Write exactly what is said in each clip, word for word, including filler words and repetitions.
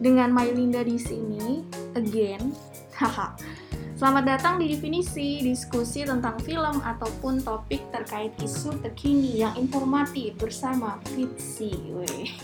dengan Mailinda di sini again. Haha. Selamat datang di Definisi, diskusi tentang film ataupun topik terkait isu terkini yang informatif bersama Fitsi. Weh.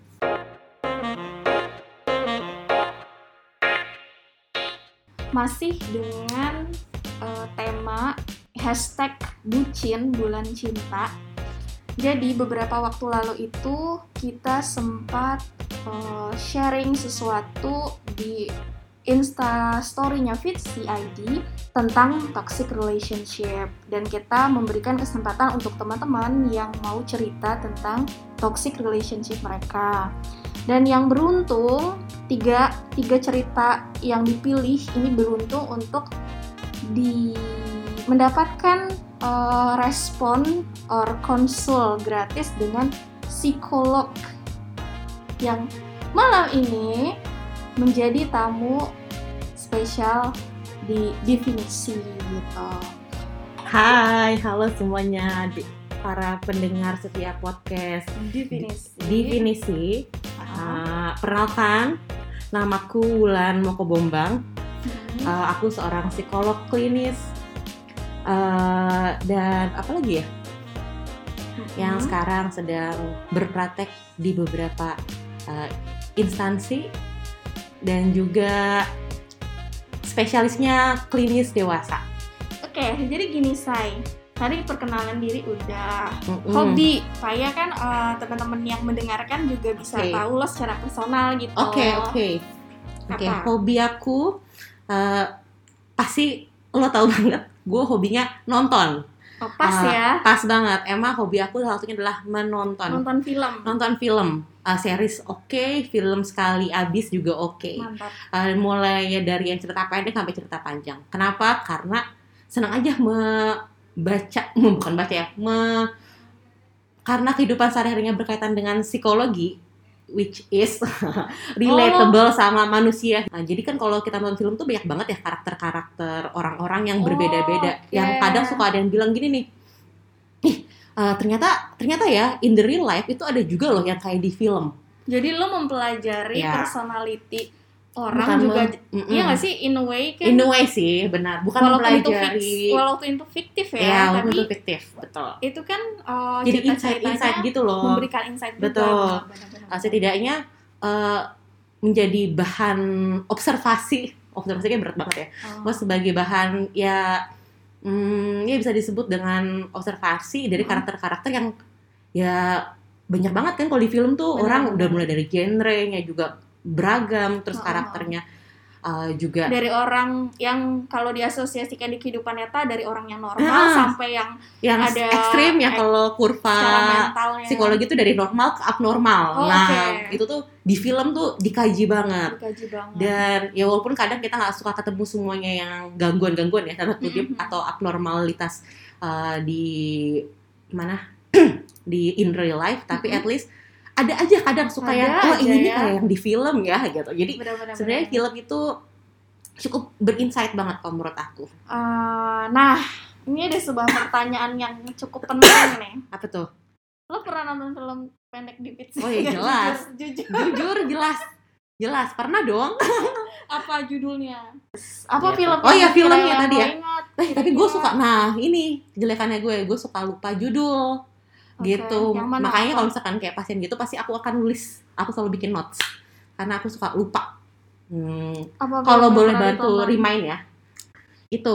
Masih dengan uh, tema hashtag bucin bulan cinta. Jadi beberapa waktu lalu itu kita sempat uh, sharing sesuatu di Insta story-nya Fitsi I D tentang toxic relationship, dan kita memberikan kesempatan untuk teman-teman yang mau cerita tentang toxic relationship mereka. Dan yang beruntung, tiga, tiga cerita yang dipilih ini beruntung untuk di mendapatkan uh, respon or konsul gratis dengan psikolog yang malam ini menjadi tamu spesial di Definisi gitu. Hai, halo semuanya para pendengar setiap podcast Definisi. Definisi. Uh, perkenalkan, namaku Wulan Mokobombang. Hmm. Uh, aku seorang psikolog klinis. Uh, dan apa lagi ya? Hmm. Yang sekarang sedang berpraktek di beberapa uh, instansi dan juga spesialisnya klinis dewasa. Oke, jadi gini Say, tadi perkenalan diri udah. Mm-mm. Hobi, saya kan uh, teman-teman yang mendengarkan juga bisa okay. tahu lo secara personal gitu. Oke okay, oke okay. Oke okay. Hobi aku uh, pasti lo tahu banget, gue hobinya nonton. Oh, pas uh, ya. Pas banget. Emang hobi aku salah satunya adalah menonton. Nonton film. Nonton film. Uh, series oke, okay, film sekali abis juga oke. Okay. Mantap. Uh, mulai dari yang cerita pendek sampai cerita panjang. Kenapa? Karena senang aja membaca, bukan baca ya, me, karena kehidupan sehari-harinya berkaitan dengan psikologi, which is relatable oh. sama manusia. Nah, jadi kan kalau kita nonton film tuh banyak banget ya karakter-karakter orang-orang yang berbeda-beda. Oh, yang yeah. kadang suka ada yang bilang gini nih, ih uh, ternyata ternyata ya in the real life itu ada juga loh yang kayak di film. Jadi lo mempelajari yeah. personality orang bukan juga, mem- iya nggak sih in a way kan? In a way sih, benar. Bukan walaupun mempelajari. Itu walaupun itu fiktif ya, ya tapi walaupun itu fiktif, betul. Itu kan uh, jadi insight-insight gitu loh. Memberikan insight betul. Juga. Betul. Uh, setidaknya uh, menjadi bahan observasi. Observasinya berat banget ya. Oh. Sebagai bahan ya, hmm, ya bisa disebut dengan observasi dari hmm. karakter-karakter yang ya banyak banget kan kalau di film tuh benar, orang benar. Udah mulai dari genrenya juga beragam, terus oh, karakternya uh, juga dari orang yang kalau diasosiasikan di kehidupan nyata dari orang yang normal nah, sampai yang yang ada ekstrim ya ek- kalau kurva psikologi itu dari normal ke abnormal. Oh, nah okay. itu tuh di film tuh dikaji banget. Dikaji banget. Dan ya walaupun kadang kita nggak suka ketemu semuanya yang gangguan-gangguan ya tanda kutip mm-hmm. atau abnormalitas uh, di mana di in real life, tapi mm-hmm. at least ada aja kadang suka yang oh ini ya. Kayak yang di film ya gitu. Jadi benar-benar, sebenarnya benar. Film itu cukup berinsight banget kalau menurut aku. Uh, nah, ini ada sebuah pertanyaan yang cukup penting nih. Apa tuh? Lo pernah nonton film pendek di Fitsi? Oh iya jelas. Jujur, jujur. Jujur jelas. Jelas, pernah dong. Apa judulnya? Apa ya, film? Oh iya filmnya tadi ya. Ingat, eh, tapi gue suka, nah ini kejelekannya gue, gue suka lupa judul. Okay, gitu, makanya kalau misalkan kayak pasien gitu pasti aku akan nulis, aku selalu bikin notes karena aku suka lupa. Hmm, kalau boleh bantu remind ya, itu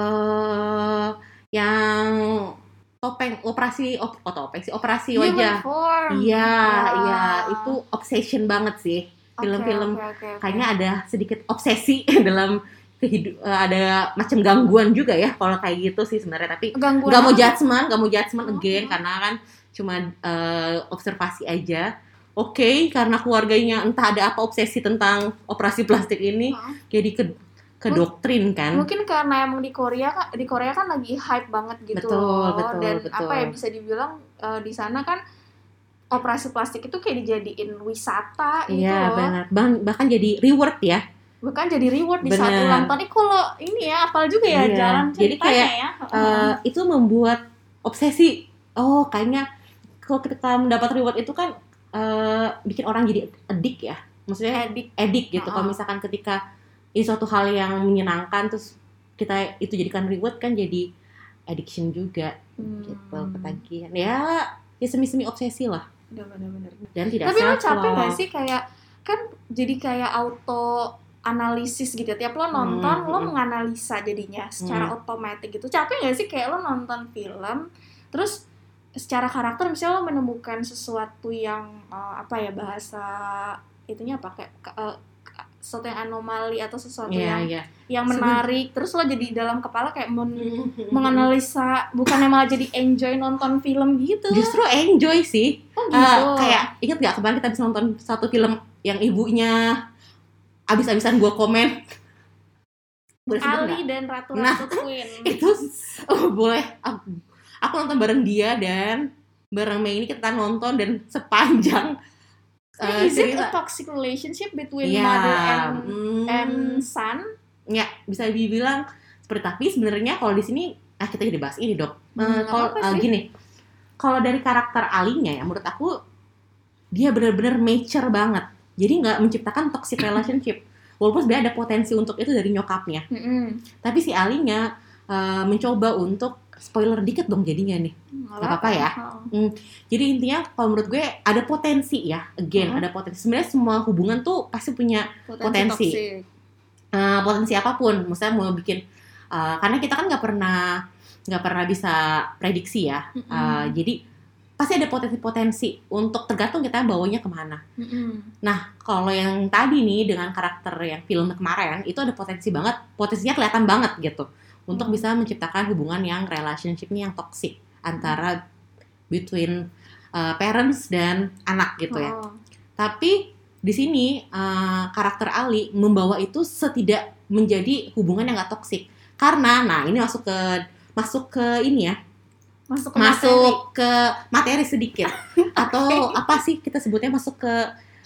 uh, yang topeng operasi op, oh topeng sih operasi wajah, iya iya itu obsession banget sih film-film, okay, okay, okay, okay. Kayaknya ada sedikit obsesi dalam kehidup, ada macam gangguan juga ya kalau kayak gitu sih sebenarnya, tapi gangguan gak mau judgement gak mau judgement oh, again oh. Karena kan cuma uh, observasi aja. Oke okay, karena keluarganya entah ada apa obsesi tentang operasi plastik ini oh. Jadi ke ke doktrin kan. Mungkin karena emang di Korea di Korea kan lagi hype banget gitu. Betul, betul, dan betul. Apa ya bisa dibilang uh, di sana kan operasi plastik itu kayak dijadiin wisata gitu. Iya benar. Bah- bahkan jadi reward ya. Bukan jadi reward di saat ulang tahun. Eh kalau ini ya apal juga ya iya. Jalan ceritanya jadi kayak, ya. Uh, itu membuat obsesi. Oh kayaknya kalau kita mendapat reward itu kan uh, bikin orang jadi addict ya. maksudnya edik, edik gitu. Uh-uh. Kalau misalkan ketika ini suatu hal yang menyenangkan terus kita itu jadikan reward kan jadi addiction juga hmm. gitu, ketagihan ya ya semi-semi obsesi lah. Benar-benar. Dan tidak tapi lo capek nggak sih kayak kan jadi kayak auto analisis gitu ya, tiap lo nonton hmm. lo menganalisa jadinya secara hmm. otomatis gitu. Capek nggak sih kayak lo nonton film terus secara karakter misalnya lo menemukan sesuatu yang uh, apa ya bahasa itunya apa kayak uh, sesuatu yang anomali atau sesuatu yeah, yang yeah. yang menarik. Terus lo jadi dalam kepala kayak men- menganalisa, bukannya malah jadi enjoy nonton film gitu. Justru enjoy sih. Oh gitu. Uh, kayak inget gak kemarin kita bisa nonton satu film yang ibunya abis-abisan gua komen. Boleh Ali dan Ratu-Ratu nah, Queen. Itu oh, boleh. Aku, aku nonton bareng dia dan bareng Mei ini kita nonton dan sepanjang Uh, is it a toxic relationship between yeah. mother and mm, and son? Ya, bisa dibilang seperti, tapi sebenarnya kalau di sini ah kita jadi bahas ini, Dok. Hmm, uh, kalau uh, gini, kalau dari karakter Alinya ya menurut aku dia benar-benar mature banget. Jadi nggak menciptakan toxic relationship. Walaupun sebenarnya ada potensi untuk itu dari nyokapnya. Mm-hmm. Tapi si Alinya uh, mencoba untuk spoiler dikit dong jadinya nih. Gak apa-apa ya. Hmm. Jadi intinya kalau menurut gue ada potensi ya. Again, hmm. ada potensi. Sebenarnya semua hubungan tuh pasti punya potensi. Potensi, uh, potensi apapun. Misalnya mau bikin uh, karena kita kan nggak pernah nggak pernah bisa prediksi ya. Hmm. Uh, jadi pasti ada potensi-potensi untuk tergantung kita bawanya kemana. Hmm. Nah, kalau yang tadi nih dengan karakter yang film kemarin itu ada potensi banget. Potensinya kelihatan banget gitu. Untuk bisa menciptakan hubungan yang relationship-nya yang toxic antara between uh, parents dan anak gitu ya. Oh. Tapi di sini uh, karakter Ali membawa itu setidak menjadi hubungan yang gak toxic. Karena, nah ini masuk ke masuk ke ini ya, masuk ke masuk materi, ke materi sedikit atau apa sih kita sebutnya masuk ke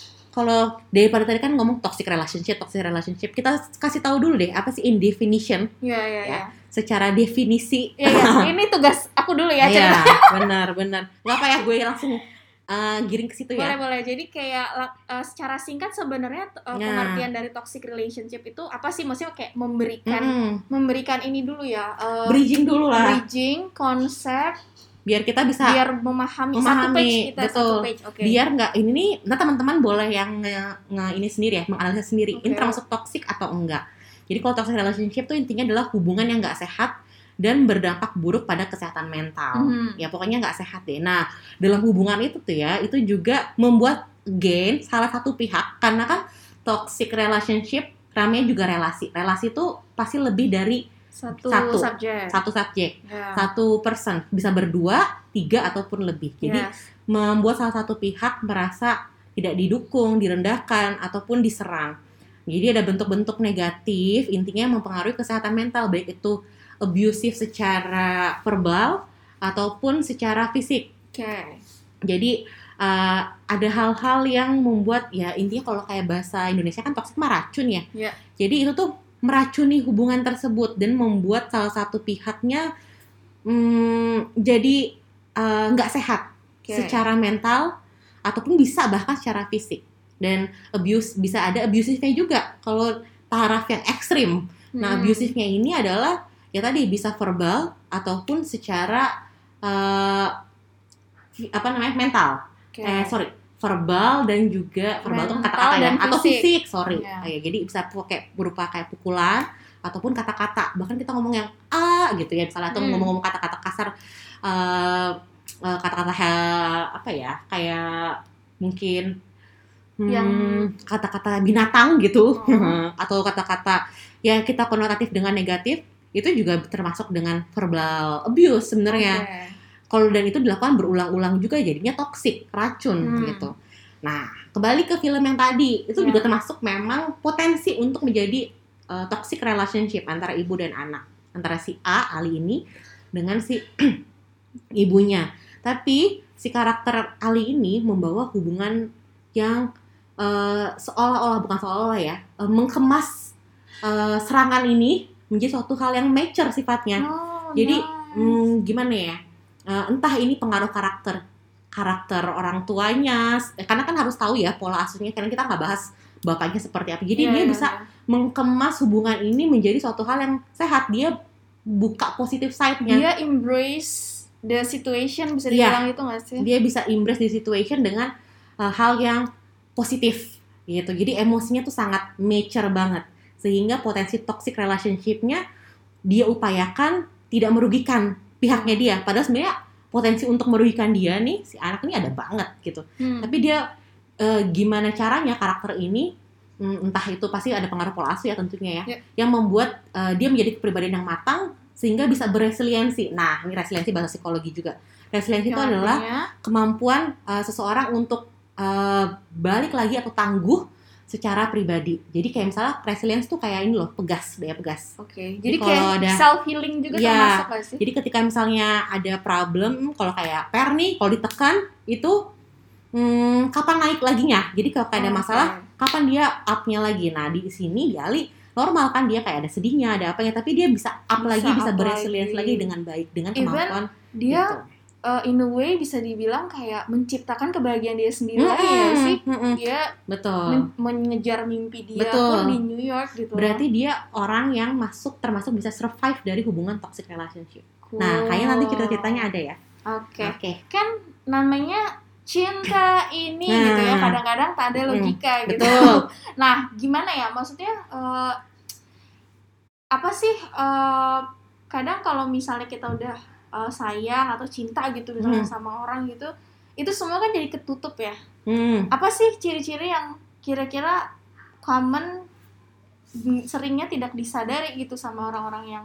kalau daripada tadi kan ngomong toxic relationship, toxic relationship, kita kasih tahu dulu deh apa sih in definition. Iya, iya, iya. Secara definisi. Iya, ya. Ini tugas aku dulu ya. Iya, benar, benar. Gak apa ya gue langsung uh, giring ke situ ya. Boleh, boleh. Jadi kayak uh, secara singkat sebenarnya uh, nah. pengertian dari toxic relationship itu apa sih? Maksudnya kayak memberikan, mm. memberikan ini dulu ya. Uh, bridging dulu lah. Bridging, konsep. Biar kita bisa biar memahami, memahami satu page kita betul. Satu page. Okay. Biar nggak ini nih, nah teman-teman boleh yang nge, nge ini sendiri ya, menganalisa sendiri. Okay. Ini termasuk toxic atau enggak. Jadi kalau toxic relationship tuh intinya adalah hubungan yang nggak sehat dan berdampak buruk pada kesehatan mental. Mm-hmm. Ya pokoknya nggak sehat deh. Nah dalam hubungan itu tuh ya, itu juga membuat gain salah satu pihak karena kan toxic relationship namanya juga relasi. Relasi tuh pasti lebih dari Satu, satu subjek, satu subjek, yeah. satu person, bisa berdua, tiga ataupun lebih. Jadi yes. membuat salah satu pihak merasa tidak didukung, direndahkan ataupun diserang. Jadi ada bentuk-bentuk negatif, intinya mempengaruhi kesehatan mental, baik itu abusive secara verbal ataupun secara fisik. Oke. Okay. Jadi uh, ada hal-hal yang membuat ya intinya kalau kayak bahasa Indonesia kan toksik mah racun ya. Yeah. Jadi itu tuh meracuni hubungan tersebut dan membuat salah satu pihaknya hmm, jadi nggak uh, sehat okay. secara mental ataupun bisa bahkan secara fisik. Dan abuse bisa ada abusifnya juga kalau taraf yang ekstrim. Hmm. Nah abusifnya ini adalah ya tadi bisa verbal ataupun secara uh, apa namanya mental. Okay. Eh sorry. verbal dan juga verbal itu kata-kata ya atau fisik, sorry. Yeah. Ya, jadi bisa kayak berupa kayak pukulan ataupun kata-kata. Bahkan kita ngomong yang ah gitu ya, misalnya atau hmm. ngomong-ngomong kata-kata kasar uh, uh, kata-kata uh, apa ya? Kayak mungkin hmm, yang kata-kata binatang gitu oh. atau kata-kata yang kita konotatif dengan negatif itu juga termasuk dengan verbal abuse sebenarnya. Okay. Kalau dan itu dilakukan berulang-ulang juga jadinya toksik, racun hmm. gitu. Nah, kembali ke film yang tadi, itu yeah. juga termasuk memang potensi untuk menjadi uh, toxic relationship antara ibu dan anak. Antara si A, Ali ini, dengan si ibunya. Tapi si karakter Ali ini membawa hubungan yang uh, seolah-olah, bukan seolah-olah ya, uh, mengemas uh, serangan ini menjadi suatu hal yang mature sifatnya. Oh, Jadi, nice. hmm, gimana ya? Uh, entah ini pengaruh karakter karakter orang tuanya, eh, karena kan harus tahu ya pola asuhnya, karena kita nggak bahas bapaknya seperti apa. Jadi yeah, dia yeah, bisa yeah. mengemas hubungan ini menjadi suatu hal yang sehat. Dia buka positive side-nya. Dia embrace the situation, bisa dibilang yeah. itu nggak sih? Dia bisa embrace the situation dengan uh, hal yang positif gitu. Jadi emosinya tuh sangat mature banget. Sehingga potensi toxic relationship-nya dia upayakan tidak merugikan pihaknya dia. Padahal sebenarnya potensi untuk merugikan dia nih, si anak ini ada banget gitu. Hmm. Tapi dia e, gimana caranya karakter ini, entah itu pasti ada pengaruh pola asuh ya tentunya ya, yeah. yang membuat e, dia menjadi kepribadian yang matang sehingga bisa beresiliensi. Nah, ini resiliensi bahasa psikologi juga. Resiliensi itu adalah ya. kemampuan e, seseorang untuk e, balik lagi atau tangguh secara pribadi. Jadi kayak misalnya resilience tuh kayak ini loh, pegas, daya pegas. Oke. Okay. Jadi, jadi kayak ada, self healing juga ya, termasuk gak sih? Jadi ketika misalnya ada problem, kalau kayak per nih, kalau ditekan itu hmm, kapan naik laginya? Jadi kalau kayak ada masalah, okay. kapan dia up-nya lagi? Nah di sini di Ali normal kan dia kayak ada sedihnya, ada apanya, tapi dia bisa up bisa lagi, bisa beresilience lagi. lagi dengan baik, dengan kemampuan. Even dia gitu. Uh, in a way bisa dibilang kayak menciptakan kebahagiaan dia sendiri mm-hmm, lagi ya sih mm-hmm. dia betul men- mengejar mimpi dia betul. pun di New York gitu. Berarti dia orang yang masuk termasuk bisa survive dari hubungan toxic relationship. Cool. Nah kayaknya nanti cerita-ceritanya ada ya. Oke okay. okay. Kan namanya cinta ini nah. gitu ya, kadang-kadang tak ada logika mm, gitu. Betul. Nah gimana ya maksudnya uh, apa sih uh, kadang kalau misalnya kita udah Uh, sayang atau cinta gitu misalnya hmm. sama orang gitu, itu semua kan jadi ketutup ya. Hmm. Apa sih ciri-ciri yang kira-kira common seringnya tidak disadari gitu sama orang-orang yang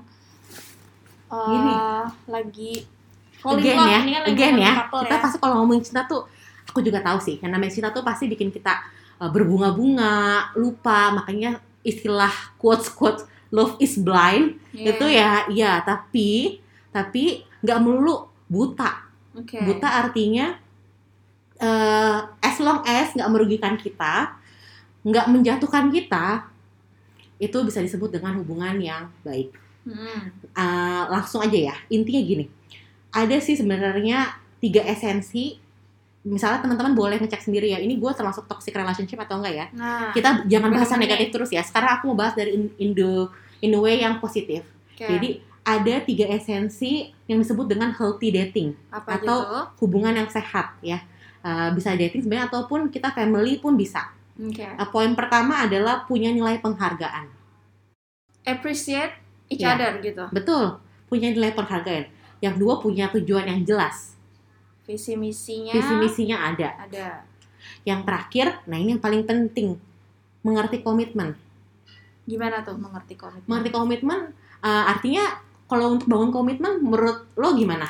uh, lagi falling love ya, ini kan again ya. Kita ya. Pasti kalau ngomongin cinta tuh, aku juga tahu sih, karena namanya cinta tuh pasti bikin kita uh, berbunga-bunga, lupa, makanya istilah quotes-quotes love is blind yeah. itu ya, iya tapi tapi nggak melulu buta. Okay. Buta artinya uh, as long as nggak merugikan kita, nggak menjatuhkan kita, itu bisa disebut dengan hubungan yang baik. Hmm. Uh, langsung aja ya, intinya gini, ada sih sebenarnya tiga esensi. Misalnya teman-teman boleh ngecek sendiri ya, ini gue termasuk toxic relationship atau enggak ya. Nah, kita jangan bahas yang negatif terus ya. Sekarang aku mau bahas dari in, in, the, in the way yang positif. Okay. Jadi ada tiga esensi yang disebut dengan healthy dating. Apa atau gitu? Hubungan yang sehat ya. Uh, bisa dating sebenarnya ataupun kita family pun bisa. Okay. Uh, poin pertama adalah punya nilai penghargaan. Appreciate each ya, other gitu. Betul, punya nilai penghargaan. Yang dua punya tujuan yang jelas. Visi misinya. Visi misinya ada. Ada. Yang terakhir, nah ini yang paling penting, mengerti komitmen. Gimana tuh mengerti komitmen? Mengerti komitmen uh, artinya kalau untuk bangun komitmen, menurut lo gimana?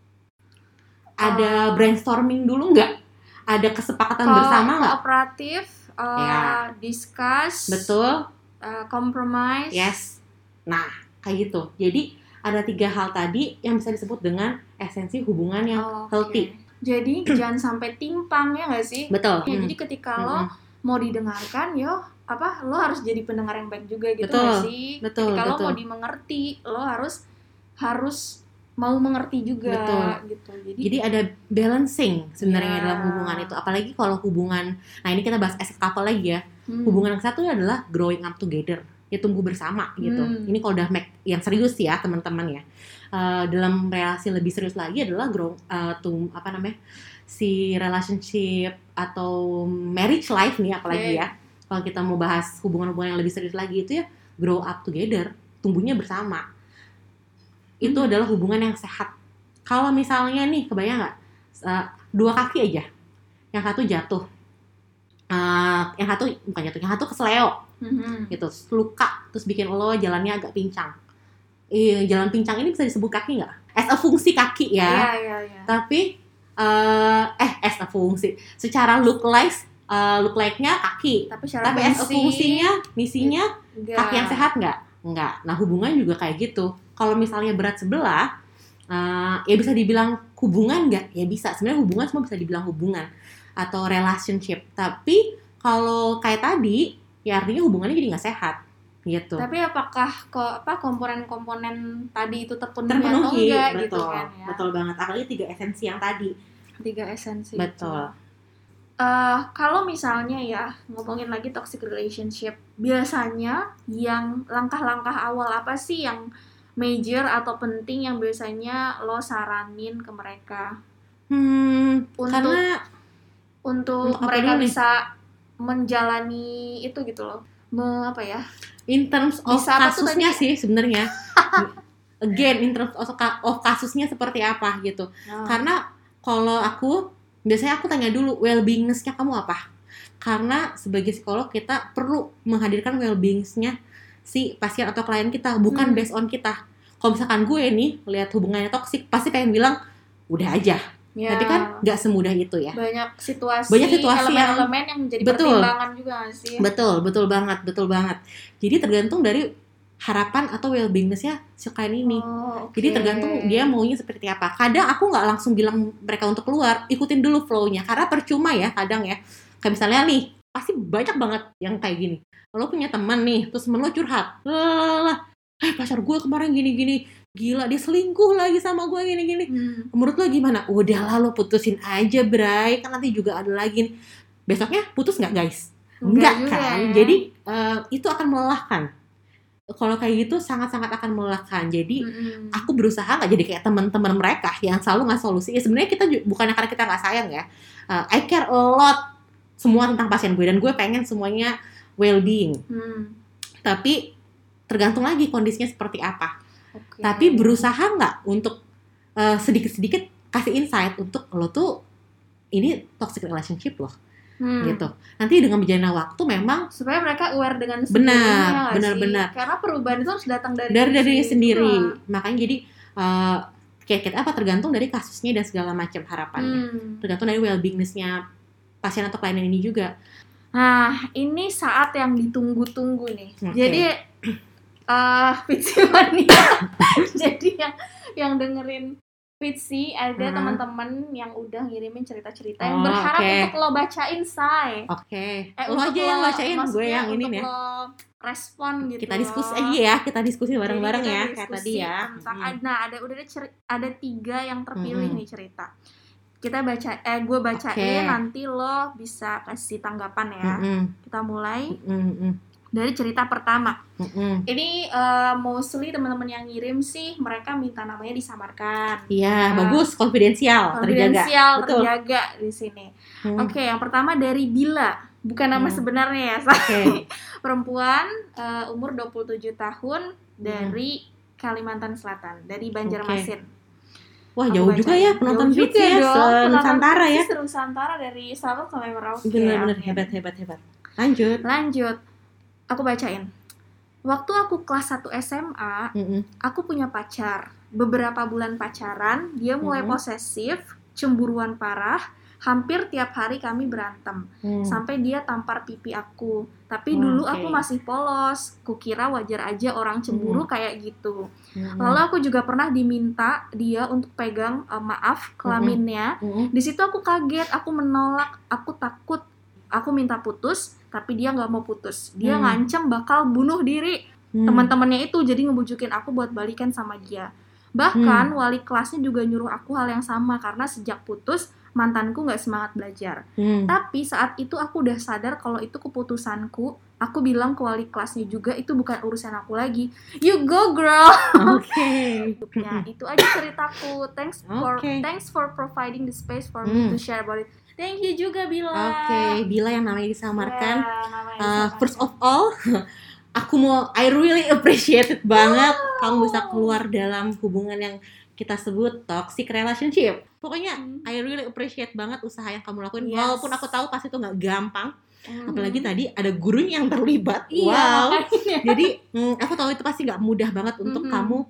Ada brainstorming dulu nggak? Ada kesepakatan bersama nggak? Kooperatif, uh, ya. Discuss. Betul. Uh, compromise. Yes. Nah, kayak gitu. Jadi ada tiga hal tadi yang bisa disebut dengan esensi hubungan yang oh, healthy. Okay. Jadi jangan sampai timpang ya nggak sih? Betul. Ya, hmm. Jadi ketika hmm. lo mau didengarkan, yo apa lo harus jadi pendengar yang baik juga gitu betul, nggak sih? Betul, Kalau betul. mau dimengerti, lo harus harus mau mengerti juga betul. Gitu. Jadi, jadi ada balancing sebenarnya yeah. dalam hubungan itu. Apalagi kalau hubungan, nah ini kita bahas as a couple lagi ya. Hmm. Hubungan yang satu adalah growing up together, ya tumbuh bersama gitu. Hmm. Ini kalau udah make yang serius ya teman-teman ya. Uh, dalam relasi lebih serius lagi adalah grow uh, tum apa namanya si relationship atau marriage life nih apalagi okay. ya. Kalau kita mau bahas hubungan-hubungan yang lebih serius lagi itu ya grow up together, tumbuhnya bersama. Itu hmm. adalah hubungan yang sehat. Kalau misalnya nih, kebayang nggak uh, dua kaki aja, yang satu jatuh, uh, yang satu bukan jatuh, yang satu kesleo, hmm. gitu, luka, terus bikin lo jalannya agak pincang. Eh, jalan pincang ini bisa disebut kaki nggak? As a fungsi kaki ya. Yeah, yeah, yeah. Tapi uh, eh as a fungsi, secara look like Uh, look like-nya kaki, tapi, tapi as a fungsinya, misinya enggak. Kaki yang sehat nggak? Nggak. Nah hubungan juga kayak gitu. Kalau misalnya berat sebelah, uh, ya bisa dibilang hubungan nggak? Ya bisa. Sebenarnya hubungan semua bisa dibilang hubungan atau relationship. Tapi kalau kayak tadi, ya artinya hubungannya jadi nggak sehat, gitu. Tapi apakah kok apa komponen-komponen tadi itu terpenuhi, terpenuhi atau enggak? Betul, gitu kan? Ya? Betul banget. Apalagi tiga esensi yang tadi. Tiga esensi. Betul. Itu. Uh, kalau misalnya ya ngomongin lagi toxic relationship, biasanya yang langkah-langkah awal apa sih yang major atau penting yang biasanya lo saranin ke mereka? Hmm, untuk karena untuk, untuk mereka bisa menjalani itu gitu loh, Me, apa ya? In terms of bisa kasusnya sih sebenarnya. Again, in terms of, of kasusnya seperti apa gitu. Oh. Karena kalau aku biasanya aku tanya dulu well-being-nya kamu apa? Karena sebagai psikolog kita perlu menghadirkan well-being-nya si pasien atau klien kita, bukan hmm. based on kita. Kalau misalkan gue nih lihat hubungannya toksik, pasti pengen bilang udah aja. Ya. Tapi kan nggak semudah itu ya. Banyak situasi, banyak situasi elemen-elemen yang menjadi betul, pertimbangan juga nggak sih? Betul, betul banget, betul banget. Jadi tergantung dari harapan atau well-being-nya si klien ini. Oh, okay. Jadi tergantung dia maunya seperti apa. Kadang aku nggak langsung bilang mereka untuk keluar, ikutin dulu flow-nya. Karena percuma ya kadang ya. Kayak misalnya nih, pasti banyak banget yang kayak gini. Lo punya teman nih, terus temen lo curhat. Lah, eh pacar gue kemarin gini-gini. Gila, dia selingkuh lagi sama gue gini-gini. Hmm. Menurut lo gimana? Udah lah lo putusin aja, Bray. Kan nanti juga ada lagi nih. Besoknya putus nggak guys? Enggak kan? Ya. Jadi uh, itu akan melelahkan. Kalau kayak gitu sangat-sangat akan melelahkan. Jadi mm-hmm. aku berusaha nggak jadi kayak teman-teman mereka yang selalu nggak solusi. Ya sebenarnya kita bukannya karena kita nggak sayang ya. Uh, I care a lot semua tentang pasien gue dan gue pengen semuanya well-being. Mm. Tapi tergantung lagi kondisinya seperti apa. Okay. Tapi berusaha nggak untuk uh, sedikit-sedikit kasih insight untuk lo tuh ini toxic relationship loh. Hmm. Gitu. Nanti dengan berjalannya waktu memang supaya mereka aware dengan sendirinya. Benar, benar-benar. Karena perubahan itu harus datang dari dari diri sendiri. Nah. Makanya jadi uh, kayak apa tergantung dari kasusnya dan segala macam harapannya. Hmm. Tergantung dari well-being-nya pasien atau klien ini juga. Nah, ini saat yang ditunggu-tunggu nih. Okay. Jadi uh, Fitsi Mania. Jadi yang yang dengerin Fitsi, ada hmm. teman-teman yang udah ngirimin cerita-cerita oh, yang berharap okay. untuk lo bacain, Say. Oke. Okay. Eh, lo aja yang bacain, gue yang ini ya. Lo respon gitu. Kita diskusi aja ya, kita diskusi bareng-bareng ya, diskusi kayak tadi ya. Tentang, hmm. Nah, ada udah ada, ceri- ada tiga yang terpilih hmm. nih cerita. Kita baca, eh gue bacain, okay. nanti lo bisa kasih tanggapan ya. Hmm. Kita mulai. Hmm. Dari cerita pertama. Mm-hmm. Ini uh, mostly teman-teman yang ngirim sih mereka minta namanya disamarkan. Iya, uh, bagus, konfidensial, konfidensial, terjaga. terjaga di sini. Mm. Oke, okay, yang pertama dari Bila. Bukan nama mm. sebenarnya ya, okay. Perempuan uh, umur dua puluh tujuh tahun dari mm. Kalimantan Selatan, dari Banjarmasin. Okay. Wah, jauh juga ya penonton Fitsi ya, se-Nusantara ya. Se-Nusantara dari Sabang sampai Merauke. Benar-benar hebat, hebat, hebat. Lanjut. Lanjut. Aku bacain. Waktu aku kelas satu S M A, mm-hmm. aku punya pacar. Beberapa bulan pacaran, dia mulai mm-hmm. posesif, cemburuan parah. Hampir tiap hari kami berantem. Mm. Sampai dia tampar pipi aku. Tapi mm, dulu okay. aku masih polos. Kukira wajar aja orang cemburu mm. kayak gitu. Mm-hmm. Lalu aku juga pernah diminta dia untuk pegang uh, maaf kelaminnya. Mm-hmm. Di situ aku kaget, aku menolak, aku takut. Aku minta putus, tapi dia nggak mau putus. Dia hmm. ngancem bakal bunuh diri. Hmm. Teman-temannya itu jadi ngebujukin aku buat balikan sama dia. Bahkan hmm. wali kelasnya juga nyuruh aku hal yang sama karena sejak putus mantanku nggak semangat belajar. Hmm. Tapi saat itu aku udah sadar kalau itu keputusanku. Aku bilang ke wali kelasnya juga itu bukan urusan aku lagi. You go girl. Oke. Okay. Ya itu aja ceritaku. Thanks for okay. thanks for providing the space for hmm. me to share about it. Thank you juga Bila. Oke, okay, Bila yang namanya disamarkan. Yeah, namanya uh, disamarkan. First of all, aku mau I really appreciate it banget wow. kamu bisa keluar dalam hubungan yang kita sebut toxic relationship. Pokoknya hmm. I really appreciate banget usaha yang kamu lakuin. Yes. Walaupun aku tahu pasti itu nggak gampang. Hmm. Apalagi tadi ada gurunya yang terlibat. Iya, wow. Jadi mm, aku tahu itu pasti nggak mudah banget untuk hmm. kamu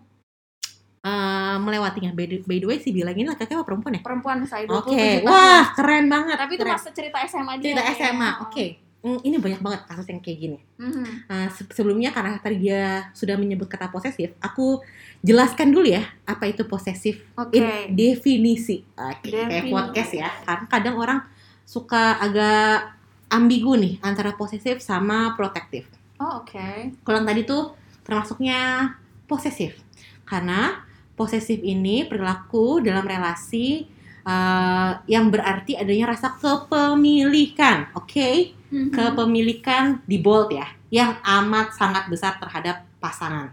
Uh, melewatinya. By the, by the way si Bila ini laki-laki apa perempuan ya? Perempuan saya dua puluh tujuh tahun. Oke, wah keren banget. Tapi itu masa cerita S M A aja. Cerita ya, S M A, ya. Oke. Okay. Mm, ini banyak banget kasus yang kayak gini. Mm-hmm. Uh, se- sebelumnya karena tadi dia sudah menyebut kata posesif, aku jelaskan dulu ya apa itu posesif. Oke. Okay. Definisi. Oke. Okay. Kayak podcast ya. Karena kadang orang suka agak ambigu nih antara posesif sama protektif. Oh oke. Okay. Kalau yang tadi tuh termasuknya posesif. Karena posesif ini perilaku dalam relasi uh, yang berarti adanya rasa kepemilikan, oke? Okay? Mm-hmm. Kepemilikan di bold ya, yang amat sangat besar terhadap pasangan.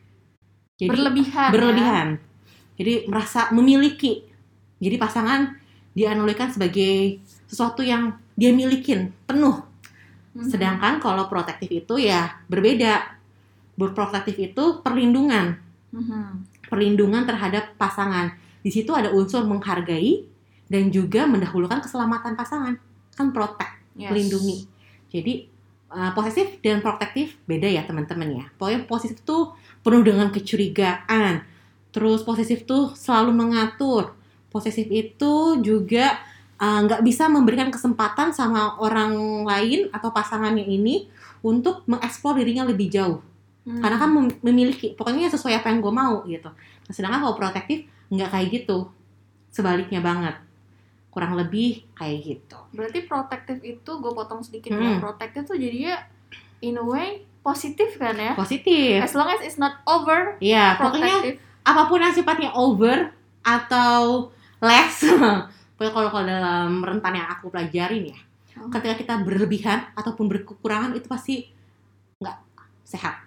Jadi berlebihan. Berlebihan. Ya? Jadi merasa memiliki. Jadi pasangan dianalogikan sebagai sesuatu yang dia milikin penuh. Mm-hmm. Sedangkan kalau protektif itu ya berbeda. Berprotektif itu perlindungan. Mm-hmm. Perlindungan terhadap pasangan. Di situ ada unsur menghargai dan juga mendahulukan keselamatan pasangan. Kan protect, yes. Melindungi. Jadi uh, posesif dan protektif beda ya teman-teman ya. Pokoknya posesif tuh penuh dengan kecurigaan. Terus posesif tuh selalu mengatur. Posesif itu juga nggak uh, bisa memberikan kesempatan sama orang lain atau pasangannya ini untuk mengeksplor dirinya lebih jauh. Hmm. Karena kan mem- memiliki, pokoknya sesuai apa yang gue mau gitu. Nah, sedangkan kalau protektif nggak kayak gitu. Sebaliknya banget. Kurang lebih kayak gitu. Berarti protektif itu, gue potong sedikit hmm. ya. Protektif tuh jadinya in a way positif kan ya? Positif. As long as it's not over. Iya, pokoknya apapun yang sifatnya over atau less, pokoknya kalau kalau dalam rentan yang aku pelajarin ya, oh. ketika kita berlebihan ataupun berkekurangan itu pasti nggak sehat.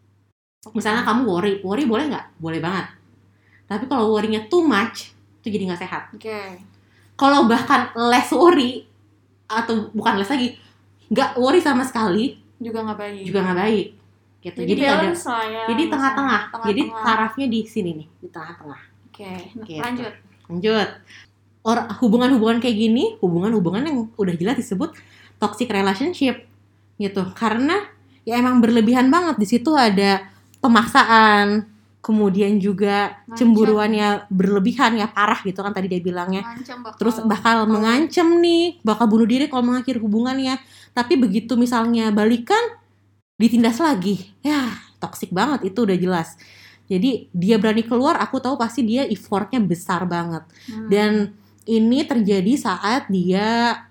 Misalnya kamu worry, worry boleh nggak? Boleh banget. Tapi kalau worry-nya too much, itu jadi nggak sehat. Oke. Okay. Kalau bahkan less worry atau bukan less lagi, nggak worry sama sekali, juga nggak baik. Juga nggak baik. Gitu. Jadi, jadi ada, ya, jadi tengah-tengah. tengah-tengah. Jadi tarafnya di sini nih, di tengah-tengah. Oke, okay. Gitu. lanjut. Lanjut. Or, hubungan-hubungan kayak gini, hubungan-hubungan yang udah jelas disebut toxic relationship, gitu. Karena ya emang berlebihan banget. Di situ ada pemaksaan, kemudian juga ngancem. Cemburuannya berlebihan ya, parah gitu kan tadi dia bilangnya. Bakal, Terus bakal oh. mengancam nih, bakal bunuh diri kalau mengakhiri hubungannya. Tapi begitu misalnya balikan, ditindas lagi, ya toksik banget, itu udah jelas. Jadi dia berani keluar, aku tahu pasti dia effortnya besar banget. Hmm. Dan ini terjadi saat dia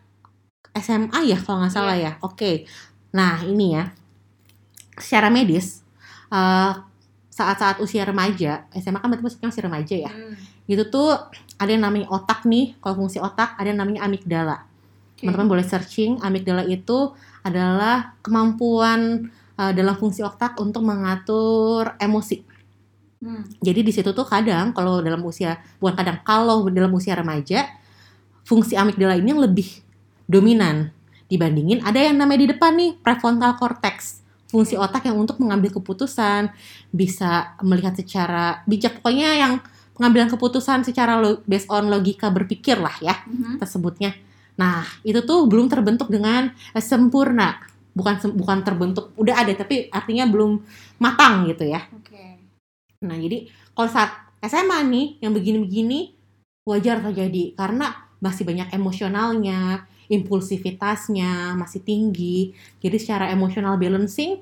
S M A ya kalau nggak salah yeah. ya. Oke, okay. Nah ini ya, secara medis uh, saat-saat usia remaja, S M A kan berarti masuknya masih remaja ya. Hmm. Gitu tuh ada yang namanya otak nih, kalau fungsi otak ada yang namanya amigdala. Okay. Teman-teman boleh searching, amigdala itu adalah kemampuan dalam fungsi otak untuk mengatur emosi. Hmm. Jadi di situ tuh kadang kalau dalam usia, bukan kadang, kalau dalam usia remaja, fungsi amigdala ini yang lebih dominan dibandingin ada yang namanya di depan nih, prefrontal cortex. Fungsi otak yang untuk mengambil keputusan, bisa melihat secara bijak, pokoknya yang pengambilan keputusan secara lo, based on logika berpikir lah ya, hmm. tersebutnya. Nah, itu tuh belum terbentuk dengan eh, sempurna. Bukan bukan terbentuk, udah ada tapi artinya belum matang gitu ya. Oke. Okay. Nah jadi kalau saat S M A nih yang begini-begini wajar terjadi karena masih banyak emosionalnya, impulsivitasnya masih tinggi. Jadi secara emosional balancing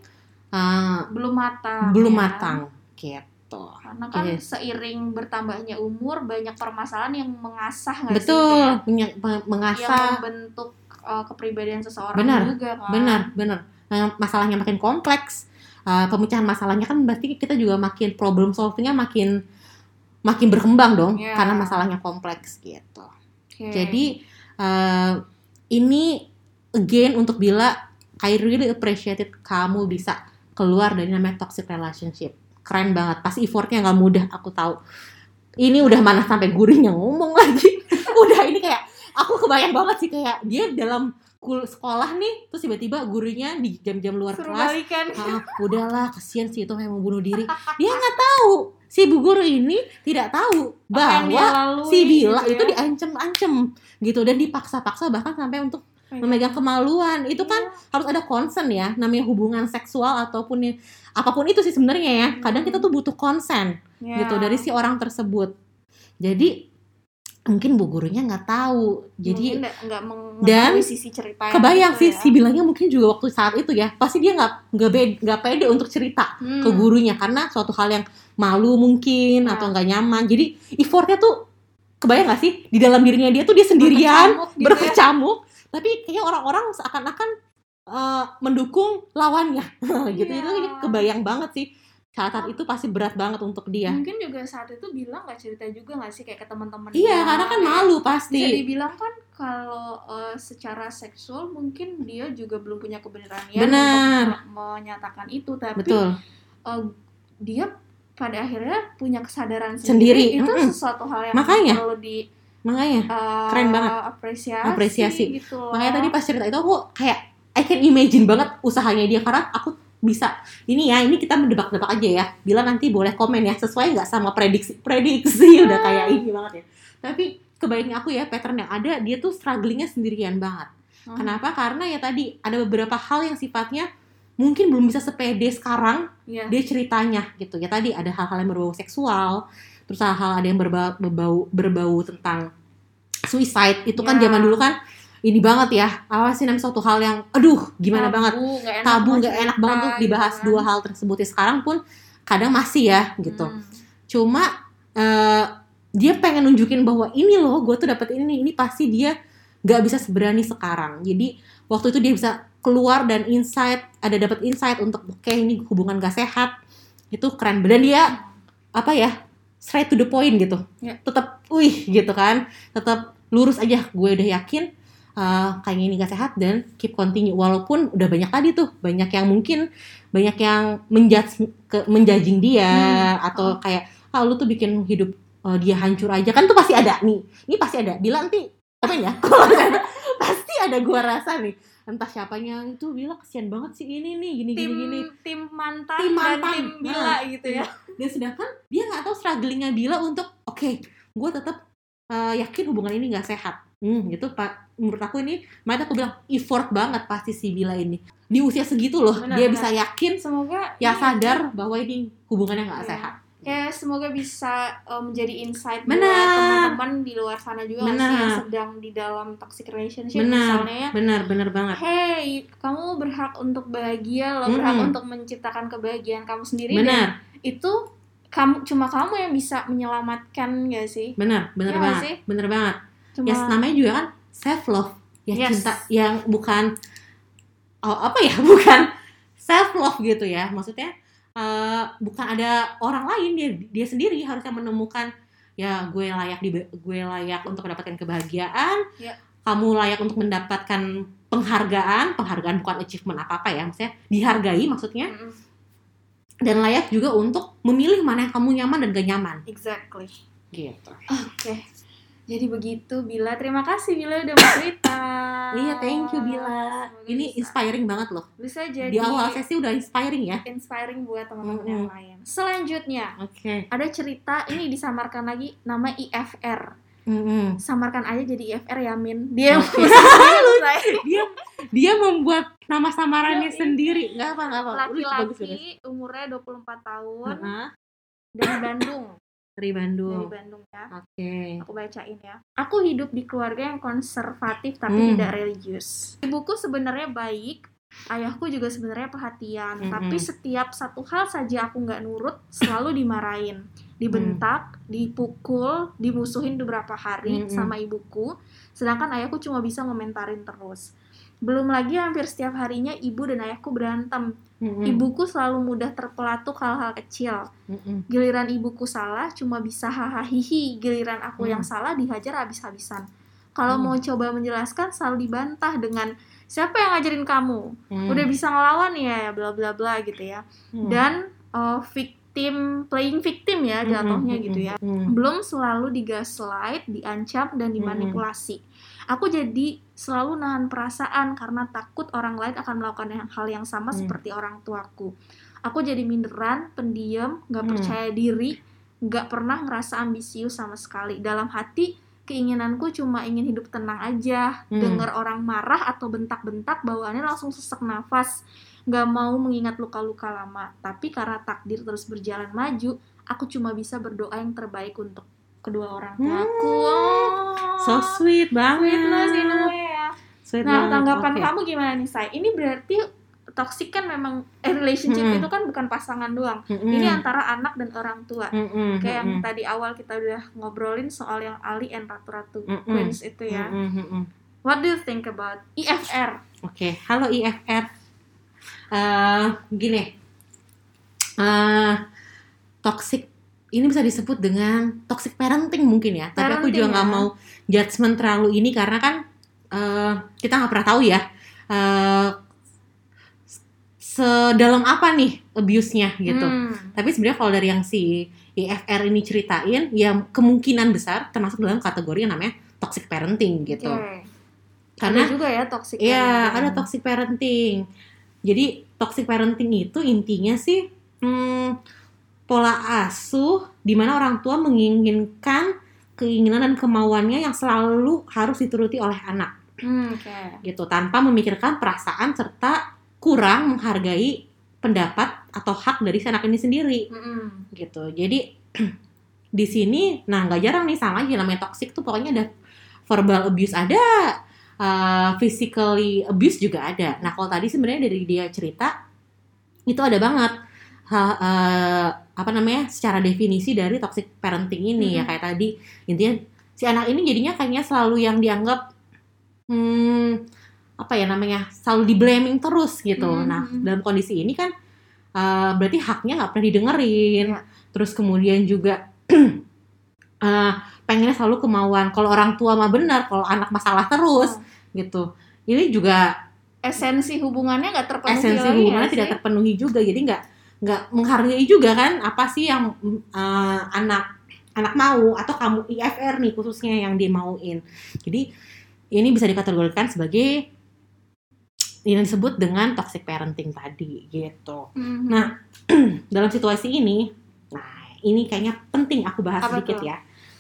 uh, belum matang. Belum ya. matang gitu. Karena kan yes. seiring bertambahnya umur banyak permasalahan yang mengasah nggak sih? Betul, banyak mengasah. Yang membentuk Uh, kepribadian seseorang benar, juga kan. Benar, benar. Nah, masalahnya makin kompleks. Uh, pemecahan masalahnya kan berarti kita juga makin problem solvingnya makin makin berkembang dong, yeah. karena masalahnya kompleks gitu. Okay. Jadi uh, ini again untuk Bila, I really appreciated kamu bisa keluar dari namanya toxic relationship. Keren banget. Pasti effortnya nggak mudah, aku tahu. Ini udah mana sampai gurunya ngomong lagi. Udah ini kayak aku kebayang banget sih kayak dia dalam kul sekolah nih, terus tiba-tiba gurunya di jam-jam luar suruh kelas, ah, udahlah kasihan sih itu memang bunuh diri. Dia nggak tahu, si bu guru ini tidak tahu bahwa si Bila gitu ya? Itu diancem-ancem gitu dan dipaksa-paksa bahkan sampai untuk memegang kemaluan. Itu kan yeah. harus ada consent ya, namanya hubungan seksual ataupun ya, apapun itu sih sebenarnya ya. Kadang kita tuh butuh consent yeah. gitu dari si orang tersebut. Jadi mungkin bu gurunya nggak tahu, jadi nggak nggak mengetahui sisi cerita. Kebayang sih ya. Si Bilanya mungkin juga waktu saat itu ya, pasti dia nggak nggak nggak pede untuk cerita hmm. ke gurunya karena suatu hal yang malu mungkin ya. Atau nggak nyaman. Jadi effortnya tuh kebayang nggak sih di dalam dirinya dia tuh dia sendirian berkecamuk, gitu berkecamuk ya. Tapi kayaknya orang-orang seakan-akan uh, mendukung lawannya gitu. Ya. Itu kebayang banget sih. saat-saat itu pasti berat banget untuk dia. Mungkin juga saat itu bilang nggak cerita juga nggak sih kayak ke teman-teman. Iya, dia, karena kan malu pasti. Bisa dibilang kan kalau uh, secara seksual mungkin dia juga belum punya keberanian untuk menyatakan itu, tapi uh, dia pada akhirnya punya kesadaran sendiri, sendiri. Itu mm-hmm. sesuatu hal yang makanya, perlu di makanya uh, keren banget apresiasi, apresiasi. Gitu. Makanya tadi pas cerita itu aku kayak I can imagine banget usahanya dia, karena aku bisa ini ya, ini kita mendebak-debak aja ya. Bila nanti boleh komen ya, sesuai nggak sama prediksi prediksi udah kayak ini banget ya. Tapi kebayang aku ya, pattern yang ada dia tuh strugglingnya sendirian banget. Hmm. Kenapa? Karena ya tadi ada beberapa hal yang sifatnya mungkin belum bisa sepede sekarang yeah. dia ceritanya gitu ya. Tadi ada hal-hal yang berbau seksual, terus hal-hal ada yang berbau berbau, berbau tentang suicide. Itu yeah. kan zaman dulu kan ini banget ya, apa sih namanya suatu hal yang aduh gimana tabu, banget gak enak tabu nggak enak banget untuk dibahas gitu kan. Dua hal tersebut ya sekarang pun kadang masih ya gitu. Hmm. Cuma uh, dia pengen nunjukin bahwa ini loh gue tuh dapet ini ini pasti dia nggak bisa seberani sekarang. Jadi waktu itu dia bisa keluar dan insight, ada dapat insight untuk oke okay, ini hubungan gak sehat, itu keren. Dan dia apa ya straight to the point gitu, yeah. tetap wih gitu kan, tetap lurus aja. Gue udah yakin Uh, kayaknya ini gak sehat dan keep continue, walaupun udah banyak tadi tuh banyak yang mungkin banyak yang menjudge ke, menjudging dia hmm. atau kayak ah lu tuh bikin hidup uh, dia hancur aja kan, tuh pasti ada nih ini pasti ada bilang nanti apa ya pasti ada gua rasa nih entah siapanya itu bilang kesian banget sih ini nih gini tim, gini gini tim mantan, tim mantan dan tim Bila nah, gitu ya. Dan sedangkan dia nggak tahu strugglingnya Bila untuk oke okay, gue tetap uh, yakin hubungan ini nggak sehat. Hmm, gitu Pak. Menurut aku ini, makanya aku bilang effort banget pasti si Bila ini. Di usia segitu loh, benar, dia benar. Bisa yakin, semoga ya sadar bahwa ini hubungannya nggak ya. Sehat. Ya semoga bisa um, menjadi insight benar. Buat teman-teman di luar sana juga sih yang sedang di dalam toxic relationship benar. Misalnya ya. Benar, benar banget. Hey, kamu berhak untuk bahagia, lo mm-hmm. berhak untuk menciptakan kebahagiaan kamu sendiri. Benar. Dan itu kamu cuma kamu yang bisa menyelamatkan, nggak sih? Benar, benar ya, banget, sih? Benar banget. Cuma... Ya namanya juga kan self love ya, yes. Cinta yang bukan oh, apa ya bukan self love gitu ya, maksudnya uh, bukan ada orang lain, dia dia sendiri harusnya menemukan ya gue layak di gue layak untuk mendapatkan kebahagiaan, yeah. Kamu layak untuk mendapatkan penghargaan penghargaan bukan achievement apa apa ya, maksudnya dihargai maksudnya, mm-hmm. dan layak juga untuk memilih mana yang kamu nyaman dan gak nyaman. Exactly. Gitu. Oke. Okay. Jadi begitu Bila, terima kasih Bila udah mau cerita. Iya, thank you Bila. Semoga ini bisa. Inspiring banget loh. Bisa jadi di awal sesi udah inspiring ya. Inspiring buat teman-teman mm-hmm. yang lain. Selanjutnya, okay. ada cerita ini disamarkan lagi nama I F R. Mm-hmm. Samarkan aja jadi I F R ya Min. Dia okay. dia dia membuat nama samarannya sendiri. Enggak apa enggak apa. Laki-laki umurnya dua puluh empat tahun. Uh-huh. Dari Bandung. Dari Bandung. Dari Bandung ya. Oke. Okay. Aku bacain ya. Aku hidup di keluarga yang konservatif tapi hmm. tidak religius. Ibuku sebenarnya baik, ayahku juga sebenarnya perhatian, hmm. tapi setiap satu hal saja aku nggak nurut, selalu dimarahin, dibentak, hmm. dipukul, dimusuhin beberapa hari hmm. sama ibuku. Sedangkan ayahku cuma bisa ngomentarin terus. Belum lagi hampir setiap harinya ibu dan ayahku berantem. Mm-hmm. Ibuku selalu mudah terpelatuk hal-hal kecil. Mm-hmm. Giliran ibuku salah cuma bisa hahaha hihi. Giliran aku mm. yang salah dihajar habis-habisan. Kalau mm. mau coba menjelaskan selalu dibantah dengan siapa yang ngajarin kamu? Mm. Udah bisa ngelawan ya, bla bla bla gitu ya. Mm. Dan uh, victim playing victim ya jatuhnya mm-hmm. gitu ya. Mm. Belum selalu digaslight, diancam dan dimanipulasi. Mm. Aku jadi selalu nahan perasaan karena takut orang lain akan melakukan hal yang sama hmm. seperti orang tuaku. Aku jadi minderan, pendiam, gak hmm. percaya diri, gak pernah ngerasa ambisius sama sekali. Dalam hati, keinginanku cuma ingin hidup tenang aja. Hmm. Dengar orang marah atau bentak-bentak, bawaannya langsung sesak nafas. Gak mau mengingat luka-luka lama. Tapi karena takdir terus berjalan maju, aku cuma bisa berdoa yang terbaik untuk kedua orang tuaku. Hmm. So sweet banget. Sweetness in a way ya. Sweet nah, banget. Tanggapan okay. kamu gimana nih, Say? Ini berarti toxic kan memang eh, relationship hmm. itu kan bukan pasangan doang. Hmm. Ini antara anak dan orang tua. Hmm. Kayak yang hmm. tadi awal kita udah ngobrolin soal yang Ali and Ratu-Ratu hmm. Queens itu ya. Hmm. What do you think about I F R? Oke, okay. Halo I F R. Uh, gini. uh, toxic ini bisa disebut dengan toxic parenting mungkin ya. Parenting, tapi aku juga nggak ya. mau judgement terlalu ini karena kan uh, kita nggak pernah tahu ya uh, sedalam apa nih abuse-nya gitu. Hmm. Tapi sebenarnya kalau dari yang si I F R ini ceritain, ya kemungkinan besar termasuk dalam kategori yang namanya toxic parenting gitu. Okay. Karena ada juga ya toxic parenting. Iya, ada toxic parenting. Jadi toxic parenting itu intinya sih hmm, pola asuh di mana orang tua menginginkan keinginan dan kemauannya yang selalu harus dituruti oleh anak. Hmm, okay. Gitu, tanpa memikirkan perasaan serta kurang menghargai pendapat atau hak dari si anak ini sendiri. Mm-hmm. Gitu. Jadi di sini nah nggak jarang nih sama aja namanya toxic tuh pokoknya ada verbal abuse ada, uh, physically abuse juga ada. Nah kalau tadi sebenarnya dari dia cerita itu ada banget ha, uh, apa namanya secara definisi dari toxic parenting ini. Mm-hmm. Ya kayak tadi intinya si anak ini jadinya kayaknya selalu yang dianggap hmm, apa ya namanya selalu di-blaming terus gitu. Mm-hmm. Nah dalam kondisi ini kan uh, berarti haknya nggak pernah didengerin. Yeah. Terus kemudian juga uh, pengennya selalu kemauan. Kalau orang tua mah benar, kalau anak masalah terus oh. gitu. Ini juga esensi hubungannya nggak terpenuhi. Esensi lagi hubungannya ya, tidak sih? terpenuhi juga. Jadi nggak nggak menghargai juga kan apa sih yang uh, anak anak mau atau kamu I F R nih khususnya yang dia mauin. Jadi ini bisa dikategorikan sebagai yang disebut dengan toxic parenting tadi gitu. Mm-hmm. Nah dalam situasi ini, nah ini kayaknya penting aku bahas Apa sedikit tuh? ya.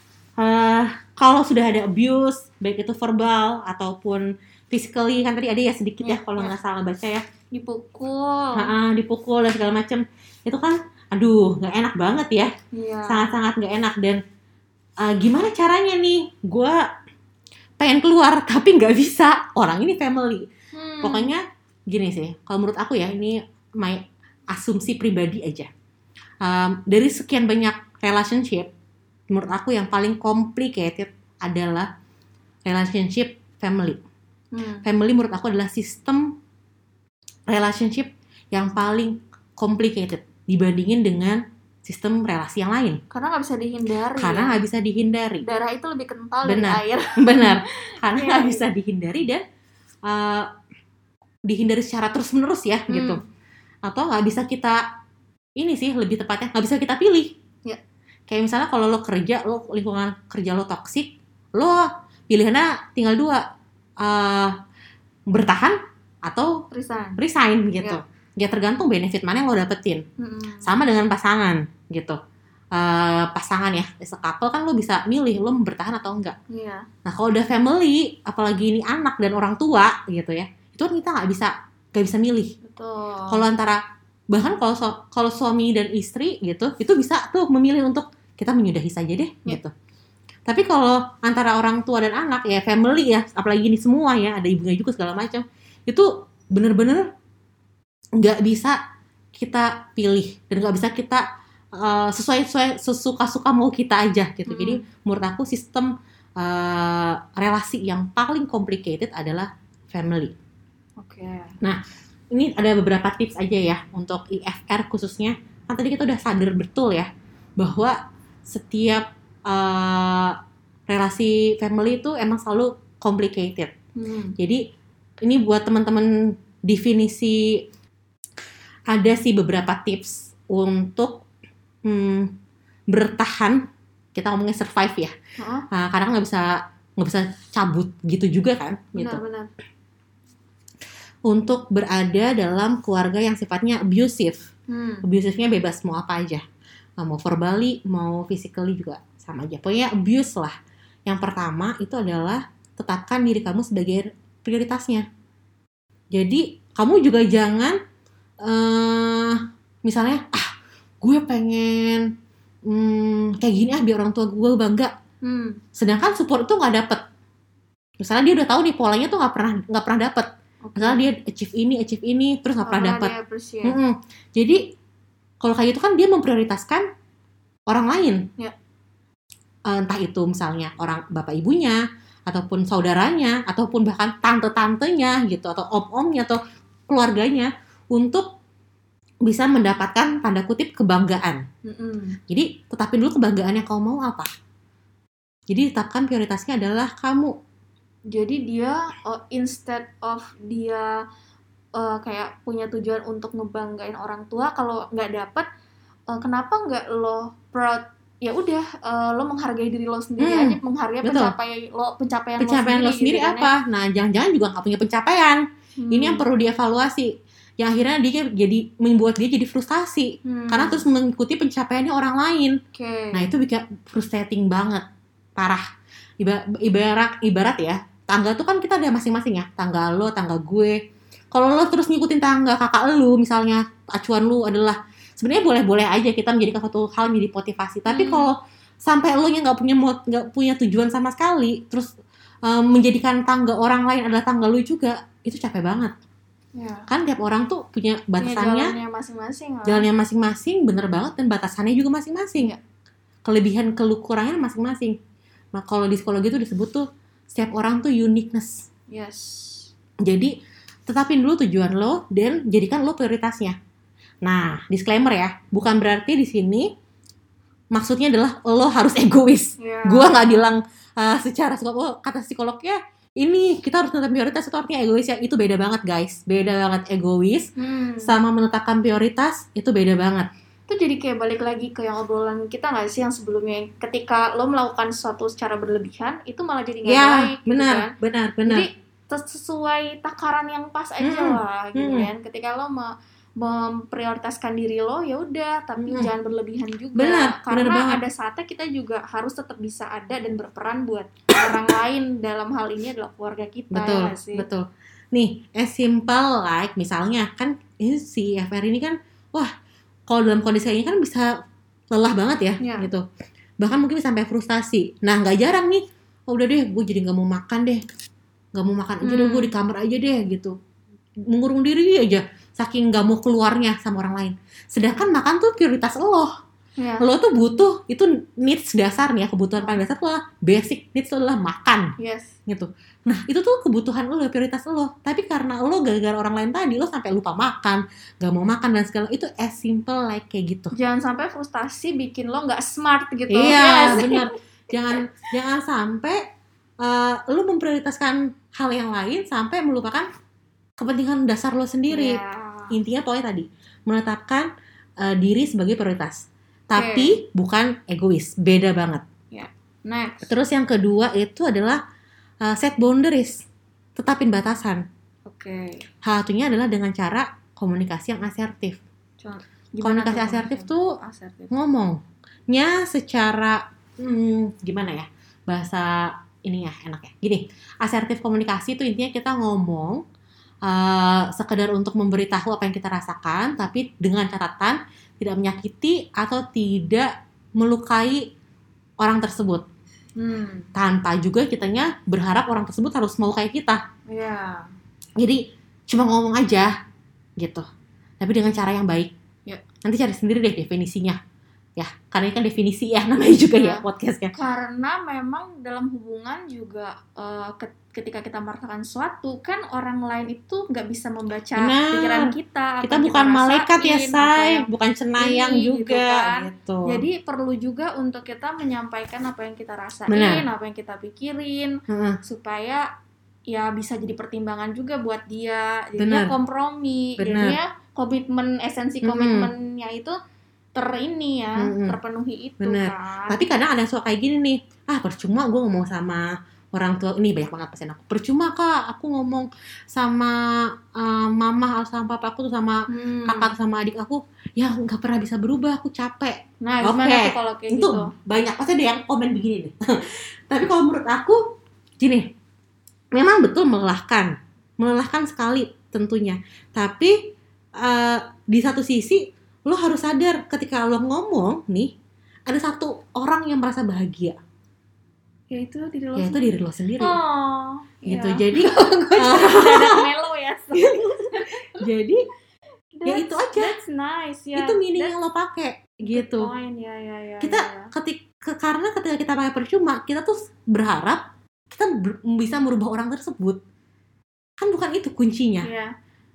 Uh, kalau sudah ada abuse, baik itu verbal ataupun physically, kan tadi ada ya sedikit ya, ya kalau nggak ya. salah baca ya. Dipukul. Ha-ha, dipukul dan segala macam. Itu kan, aduh nggak enak banget ya. ya. Sangat-sangat nggak enak dan uh, gimana caranya nih? Gue pengen keluar tapi nggak bisa. Orang ini family. Hmm. Pokoknya gini sih, kalau menurut aku ya ini my asumsi pribadi aja. Um, dari sekian banyak relationship, menurut aku yang paling complicated adalah relationship family. Hmm. Family menurut aku adalah sistem relationship yang paling complicated dibandingin dengan sistem relasi yang lain. Karena nggak bisa dihindari. Karena nggak ya? bisa dihindari. Darah itu lebih kental Benar. dari air. Benar. Karena nggak yeah. bisa dihindari dan uh, dihindari secara terus-menerus ya hmm. gitu. Atau nggak bisa kita ini sih lebih tepatnya nggak bisa kita pilih. Ya. Kayak misalnya kalau lo kerja, lo lingkungan kerja lo toksik, lo pilihannya tinggal dua, uh, bertahan atau resign, resign gitu. Ya. ya tergantung benefit mana yang lo dapetin. Mm-hmm. Sama dengan pasangan gitu. Uh, pasangan ya, as a couple kan lo bisa milih lo mau bertahan atau enggak. Yeah. Nah kalau udah family, apalagi ini anak dan orang tua gitu ya, itu kan kita nggak bisa nggak bisa milih. Betul. Kalau antara bahkan kalau so, kalau suami dan istri gitu, itu bisa tuh memilih untuk kita menyudahi saja deh yeah. gitu. Tapi kalau antara orang tua dan anak ya family ya, apalagi ini semua ya, ada ibunya juga segala macam, itu bener-bener nggak bisa kita pilih dan nggak bisa kita uh, sesuai sesuai sesuka-suka mau kita aja gitu. Hmm. Jadi menurut aku sistem uh, relasi yang paling complicated adalah family. Oke. Okay. Nah ini ada beberapa tips aja ya untuk I F R khususnya. Kan tadi kita udah sadar betul ya bahwa setiap uh, relasi family itu emang selalu complicated. Hmm. Jadi ini buat teman-teman definisi ada sih beberapa tips untuk hmm, bertahan. Kita ngomongnya survive ya. Huh? Nah, karena nggak bisa nggak bisa cabut gitu juga kan. Gitu. Benar-benar. Untuk berada dalam keluarga yang sifatnya abusive. Hmm. Abusive-nya bebas mau apa aja. Mau verbally, mau physically juga sama aja. Pokoknya abuse lah. Yang pertama itu adalah tetapkan diri kamu sebagai prioritasnya. Jadi kamu juga jangan uh, misalnya ah gue pengen hmm, kayak gini ah biar orang tua gue bangga. Hmm. Sedangkan support itu nggak dapet. Misalnya dia udah tahu nih polanya tuh nggak pernah nggak pernah dapet. Okay. Misalnya dia achieve ini, achieve ini, terus nggak oh, pernah dapat. Mm-hmm. Jadi kalau kayak gitu kan dia memprioritaskan orang lain. Yeah. Entah itu misalnya orang bapak ibunya, ataupun saudaranya, ataupun bahkan tante-tantenya gitu, atau om-omnya atau keluarganya untuk bisa mendapatkan tanda kutip kebanggaan. Mm-mm. Jadi tetapin dulu kebanggaan yang kamu mau apa. Jadi tetapkan prioritasnya adalah kamu. Jadi dia uh, instead of dia uh, kayak punya tujuan untuk ngebanggain orang tua, kalau nggak dapet, uh, kenapa nggak lo proud? Ya udah, uh, lo menghargai diri lo sendiri Hmm, aja, menghargai betul. pencapaian lo, pencapaian, Pencapaian lo lo sendiri gitu kan, apa? Nah, jangan-jangan juga nggak punya pencapaian. Hmm. Ini yang perlu dievaluasi. Yang akhirnya dia jadi membuat dia jadi frustasi Hmm. karena terus mengikuti pencapaiannya orang lain. Okay. Nah, itu bikin frustrating banget, parah. Iba, ibarat ibarat ya, tangga tuh kan kita ada masing-masing ya, tangga lo, tangga gue. Kalau lo terus ngikutin tangga kakak lo, misalnya acuan lo adalah sebenarnya boleh-boleh aja kita menjadikan suatu hal menjadi motivasi. Tapi Hmm. kalau sampai lo yang nggak punya nggak punya tujuan sama sekali, terus um, menjadikan tangga orang lain adalah tangga lo juga, itu capek banget. Ya. Kan tiap orang tuh punya batasannya, jalannya masing-masing. Lah. Jalannya masing-masing, bener banget, dan batasannya juga masing-masing. Ya. Kelebihan kekurangannya masing-masing. Nah, kalau di psikologi itu disebut tuh setiap orang tuh uniqueness. Yes. Jadi tetapin dulu tujuan lo dan jadikan lo prioritasnya. Nah, disclaimer ya, bukan berarti di sini maksudnya adalah lo harus egois. Yeah. Gua nggak bilang uh, secara psikolog, oh, kata psikolognya ini kita harus menetapkan prioritas itu artinya egois ya. Itu beda banget guys, beda banget egois hmm. sama menetapkan prioritas itu beda banget. Itu jadi kayak balik lagi ke yang obrolan kita nggak sih yang sebelumnya, ketika lo melakukan sesuatu secara berlebihan itu malah jadi nggak ya, baik gitu benar, kan. benar, benar. Jadi sesuai takaran yang pas aja hmm. lah gitu hmm. kan. Ketika lo me- memprioritaskan diri lo ya udah, tapi hmm. jangan berlebihan juga. Benar, karena benar ada saatnya kita juga harus tetap bisa ada dan berperan buat orang lain, dalam hal ini adalah keluarga kita. Betul, ya sih? betul. Nih, as simple like misalnya kan ini si F R ini kan, wah kalau dalam kondisi ini kan bisa lelah banget ya, ya. gitu. Bahkan mungkin sampai frustasi. Nah, nggak jarang nih, oh, udah deh, gue jadi nggak mau makan deh, nggak mau makan aja hmm. deh, gue di kamar aja deh, gitu. Mengurung diri aja, saking nggak mau keluarnya sama orang lain. Sedangkan makan tuh prioritas lo. Ya. Lo tuh butuh, itu needs dasar nih ya, kebutuhan paling dasar tuh adalah basic needs adalah makan. Yes. Gitu. Nah, itu tuh kebutuhan lo, prioritas lo. Tapi karena lo gara-gara orang lain tadi, lo sampai lupa makan, gak mau makan dan segala, itu as simple like kayak gitu. Jangan sampai frustasi bikin lo gak smart gitu. Iya, benar. Jangan jangan sampai uh, lo memprioritaskan hal yang lain sampai melupakan kepentingan dasar lo sendiri. Yeah. Intinya pokoknya tadi, menetapkan uh, diri sebagai prioritas. Tapi okay. bukan egois, beda banget. Yeah. Next. Terus yang kedua itu adalah uh, set boundaries, tetapin batasan. Oke. Okay. Hal satunya adalah dengan cara komunikasi yang asertif. Komunikasi asertif tuh asertif? Ngomongnya secara hmm, gimana ya, bahasa ini ya enak ya. Gini, asertif komunikasi itu intinya kita ngomong uh, sekedar untuk memberitahu apa yang kita rasakan, tapi dengan catatan tidak menyakiti atau tidak melukai orang tersebut. Hmm. Tanpa juga kitanya berharap orang tersebut harus mau kayak kita. Yeah. Jadi cuma ngomong aja gitu. Tapi dengan cara yang baik. Yeah. Nanti cari sendiri deh definisinya. Ya, karena ini kan definisi ya namanya juga yeah. ya podcastnya. Karena memang dalam hubungan juga uh, ketika kita merasakan sesuatu kan orang lain itu nggak bisa membaca nah, pikiran kita. Kita bukan kita malaikat ya say, bukan cenayang ini, juga. Gitu, kan. gitu. Jadi perlu juga untuk kita menyampaikan apa yang kita rasain, Benar. apa yang kita pikirin, hmm. supaya ya bisa jadi pertimbangan juga buat dia. Jadinya kompromi, Benar. jadinya komitmen, esensi komitmennya hmm. itu ter ini ya, hmm. terpenuhi itu. Benar. Kan. Tapi kadang ada suka kayak gini nih, ah percuma gue ngomong sama orang tua, ini banyak banget pasien aku, percuma kak aku ngomong sama uh, mama atau sama papa aku tuh sama hmm. kakak sama adik aku, ya nggak pernah bisa berubah, aku capek. Nah gimana okay. tuh kalau kayak itu gitu? Banyak pasti ada yang komen begini deh. Tapi kalau menurut aku gini, memang betul melelahkan, melelahkan sekali tentunya. Tapi uh, di satu sisi lo harus sadar ketika lo ngomong nih, ada satu orang yang merasa bahagia. Yaitu diri lo Yaitu sendiri. diri lo sendiri. Oh, gitu. Iya. Jadi ada melo ya. Jadi that's, ya itu aja. That's nice ya. Itu meaning yang lo pakai gitu. Point. Ya, ya, ya, kita ya, ya. ketika karena ketika kita pakai percuma, kita tuh berharap kita ber, bisa merubah orang tersebut. Kan bukan itu kuncinya. Iya.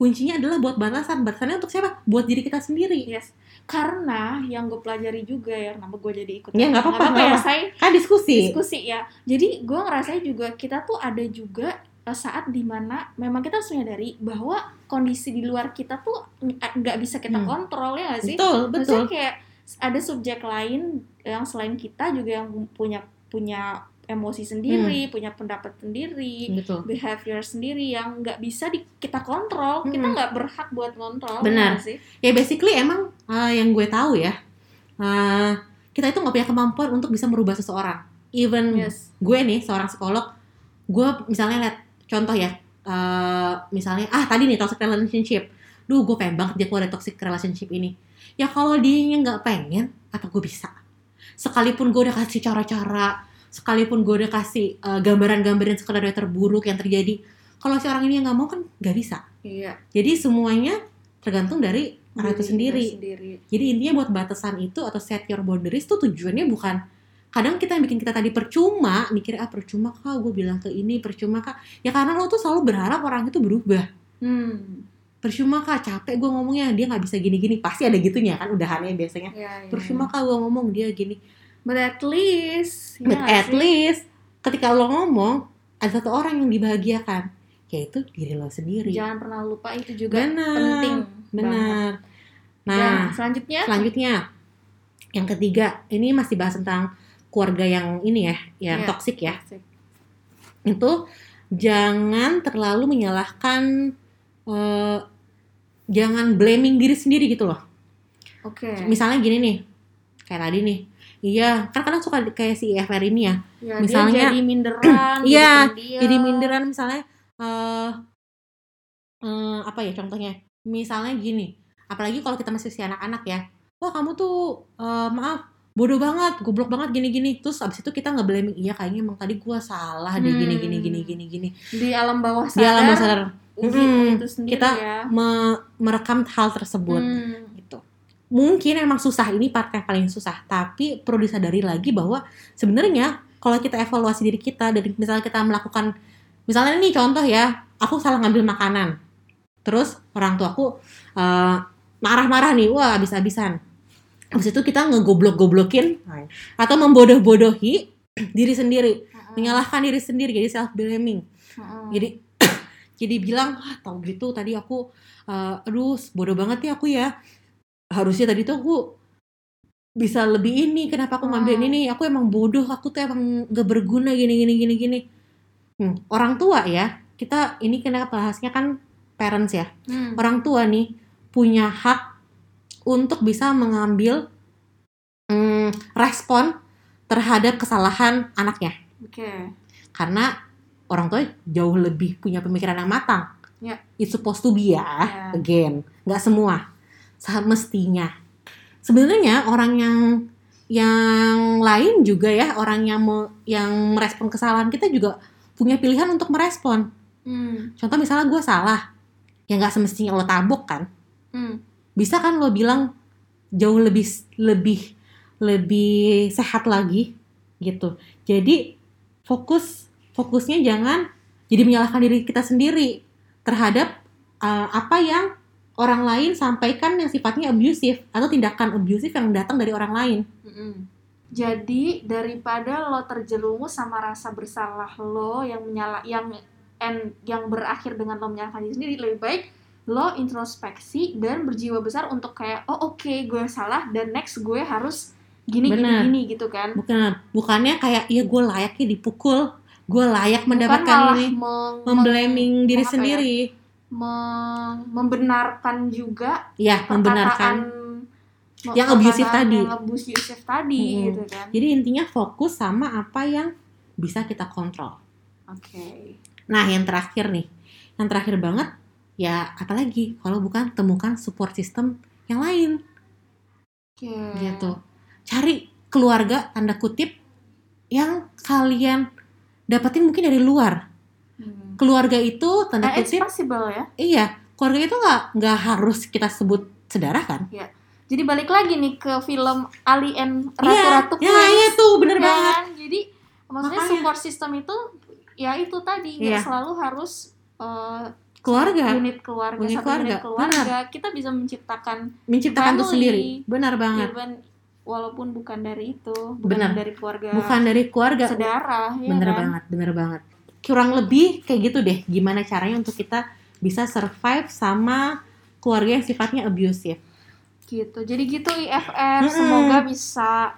kuncinya adalah buat batasan. Batasannya untuk siapa? Buat diri kita sendiri. Yes. Karena yang gue pelajari juga ya, kenapa gue jadi ikut. Ya nggak apa-apa, ya, saya kan diskusi. Diskusi ya. Jadi gue ngerasain juga kita tuh ada juga saat dimana memang kita harus menyadari bahwa kondisi di luar kita tuh nggak bisa kita kontrol, hmm. ya nggak sih? Betul, betul. Maksudnya kayak ada subjek lain yang selain kita juga yang punya punya emosi sendiri, hmm. punya pendapat sendiri, betul. Behavior sendiri yang nggak bisa di, kita kontrol. Hmm. Kita nggak berhak buat kontrol. Benar. Ya sih? Ya basically emang uh, yang gue tahu ya, uh, kita itu nggak punya kemampuan untuk bisa merubah seseorang. Even yes. gue nih seorang psikolog, gue misalnya lihat contoh ya, uh, misalnya ah tadi nih toxic relationship, duh gue pengen banget dia keluar dari toxic relationship ini. Ya kalau dia nggak pengen, apa gue bisa? Sekalipun gue udah kasih cara-cara, sekalipun gue udah kasih uh, gambaran-gambaran skenario terburuk yang terjadi, kalau si orang ini yang nggak mau kan nggak bisa. Iya. Jadi semuanya tergantung dari orang itu sendiri. sendiri. Jadi intinya buat batasan itu atau set your boundaries tuh tujuannya bukan, kadang kita yang bikin kita tadi percuma, mikir ah percuma kak gue bilang ke ini, percuma kak, ya karena lo tuh selalu berharap orang itu berubah. Hmm. Percuma kak capek gue ngomongnya, dia nggak bisa gini-gini, pasti ada gitunya kan udahannya biasanya. Ya, ya, percuma kak gue ngomong dia gini. But at least, but ya at sih? least, ketika lo ngomong ada satu orang yang dibahagiakan, yaitu diri lo sendiri. Jangan pernah lupa itu juga bener, penting. Benar. Nah, dan selanjutnya, selanjutnya yang ketiga, ini masih bahas tentang keluarga yang ini ya, yang yeah, toksik ya. Toxic. Itu jangan terlalu menyalahkan, uh, jangan blaming diri sendiri gitu loh. Oke. Okay. Misalnya gini nih, kayak tadi nih, iya, kan kadang suka kayak si E F R ini ya. Ya misalnya, dia jadi minderan. Iya, jadi minderan misalnya, uh, uh, apa ya contohnya? Misalnya gini, apalagi kalau kita masih si anak-anak ya, wah kamu tuh uh, maaf bodoh banget, goblok banget gini-gini. Terus abis itu kita nge-blaming, iya kayaknya emang tadi gue salah deh, hmm. gini-gini gini-gini gini. Di alam bawah sadar. Di alam bawah sadar. Hmm, itu sendiri kita ya. me- merekam hal tersebut. Hmm. Gitu. Mungkin emang susah, ini part yang paling susah, tapi perlu disadari lagi bahwa sebenarnya kalau kita evaluasi diri kita dari misalnya kita melakukan, misalnya nih contoh ya, aku salah ngambil makanan. Terus orang tuaku uh, marah-marah nih, wah abis-abisan. Habis itu kita ngegoblok-goblokin atau membodoh-bodohi diri sendiri, uh-uh. menyalahkan diri sendiri, jadi self-blaming. Uh-uh. Jadi jadi bilang, ah tau gitu tadi aku, uh, aduh bodoh banget ya aku ya. Harusnya tadi tuh aku bisa lebih ini, kenapa aku ngambil uh. ini? Aku emang bodoh, aku tuh emang gak berguna gini-gini gini-gini. Hmm, orang tua ya, kita ini kena bahasnya kan parents ya. Hmm. Orang tua nih punya hak untuk bisa mengambil mm, respon terhadap kesalahan anaknya. Oke. Okay. Karena orang tua jauh lebih punya pemikiran yang matang. Yeah. It's supposed to be ya, yeah. Again, nggak semua, semestinya. Sebenarnya orang yang yang lain juga ya, orang yang me, yang merespon kesalahan kita juga punya pilihan untuk merespon. Hmm. Contoh misalnya gue salah, ya nggak semestinya lo tabok kan. Hmm. Bisa kan lo bilang jauh lebih lebih lebih sehat lagi gitu. Jadi fokus fokusnya jangan jadi menyalahkan diri kita sendiri terhadap uh, apa yang orang lain sampaikan yang sifatnya abusif atau tindakan abusif yang datang dari orang lain. Mm-hmm. Jadi daripada lo terjerumus sama rasa bersalah lo yang menyalah yang and, yang berakhir dengan lo menyalahkan diri sendiri, lebih baik lo introspeksi dan berjiwa besar untuk kayak oh oke okay, gue salah dan next gue harus gini Bener. gini gini gitu kan. Bukan, bukannya kayak iya gue layaknya dipukul, gue layak mendapatkan ini, meng- memblaming diri sendiri, ya? Mem- membenarkan juga ya membenarkan yang abusive tadi, yang abusive tadi hmm. gitu kan. Jadi intinya fokus sama apa yang bisa kita kontrol. Oke. Okay. Nah yang terakhir nih, yang terakhir banget. Ya, apalagi kalau bukan temukan support system yang lain. Yeah. Gitu. Cari keluarga tanda kutip yang kalian dapetin mungkin dari luar. Hmm. Keluarga itu tanda nah, kutip. It's possible ya. Iya, keluarga itu nggak nggak harus kita sebut saudara kan? Iya. Jadi balik lagi nih ke film Alien Ratu-Ratu Queens. Iya, iya tuh bener ya, banget. Jadi maksudnya Makanya. support system itu ya itu tadi nggak iya. selalu harus uh, keluarga, unit keluarga, unit satu keluarga. unit keluarga, Benar. kita bisa menciptakan menciptakan itu family. sendiri. Benar banget. Even, walaupun bukan dari itu, bukan Benar. dari keluarga, bukan dari keluarga, saudara, ya bener kan? banget, bener banget. Kurang lebih kayak gitu deh, gimana caranya untuk kita bisa survive sama keluarga yang sifatnya abusive. Gitu. Jadi gitu I F R, Mm-mm. semoga bisa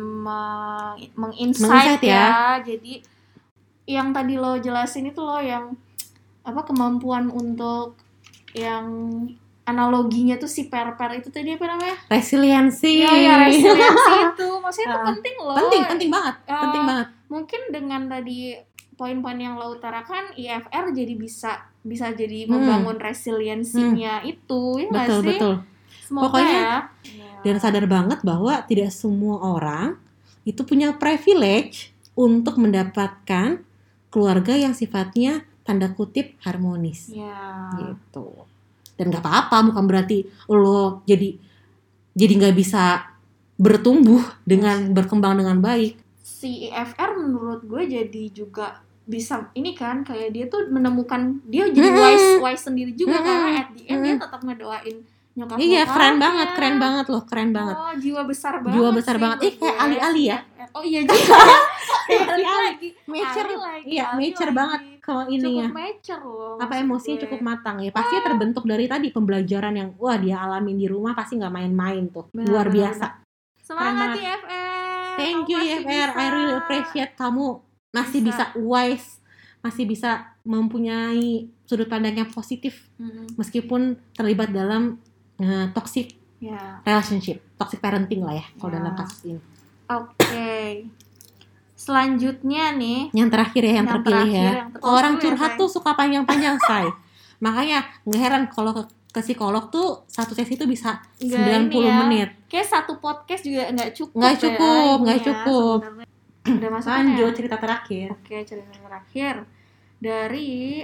mm, menginsight Menginsight ya. ya. Jadi yang tadi lo jelasin itu lo yang apa kemampuan untuk yang analoginya tuh si per-per itu tadi apa namanya? Resiliensi. Ya, ya resiliensi itu maksudnya itu Uh, penting loh. Penting, penting banget, Uh, penting banget. Mungkin dengan tadi poin-poin yang lo utarakan, I F R jadi bisa bisa jadi Hmm. membangun resiliensinya hmm. itu, ya nggak Betul, sih? betul. Semoga Pokoknya, ya. Dan sadar banget bahwa tidak semua orang itu punya privilege untuk mendapatkan keluarga yang sifatnya tanda kutip harmonis. Ya. Gitu. Dan nggak apa-apa, bukan berarti lo jadi jadi nggak bisa bertumbuh dengan berkembang dengan baik. Si I F R menurut gue jadi juga bisa ini kan kayak dia tuh menemukan dia jadi mm-hmm. wise wise sendiri juga mm-hmm. karena at the end mm-hmm. dia tetap ngedoain nyokap bokapnya. Iya, keren banget, keren banget loh, keren banget. Oh, jiwa besar banget. Jiwa besar sih, banget. Eh, kayak Ali-Ali ya. Oh iya juga. Ali-Ali. Mature. Iya, mature banget kalau ini ya. Cukup mature loh. Apa emosinya gue. Cukup matang ya. Pasti ah. terbentuk dari tadi pembelajaran yang wah dia alamin di rumah pasti enggak main-main tuh. Benar, Luar biasa. Benar. Semangat I F R. Thank you I F R. I really appreciate kamu masih bisa, bisa wise, masih bisa mempunyai sudut pandang yang positif mm-hmm. meskipun terlibat dalam uh, toxic yeah. relationship, toxic parenting lah ya kalau yeah. dalam kasus ini. Oke. Okay. Selanjutnya nih, yang terakhir ya, yang, yang terpilih terakhir, ya. Yang orang curhat ya, tuh suka panjang-panjang, say. Makanya nggak heran kalau ke, ke psikolog tuh satu sesi itu bisa sembilan puluh ya. menit. Kayak satu podcast juga nggak cukup. Nggak cukup, nggak ya, cukup. Udah masuk lanjut ya? Cerita terakhir. Oke, cerita terakhir dari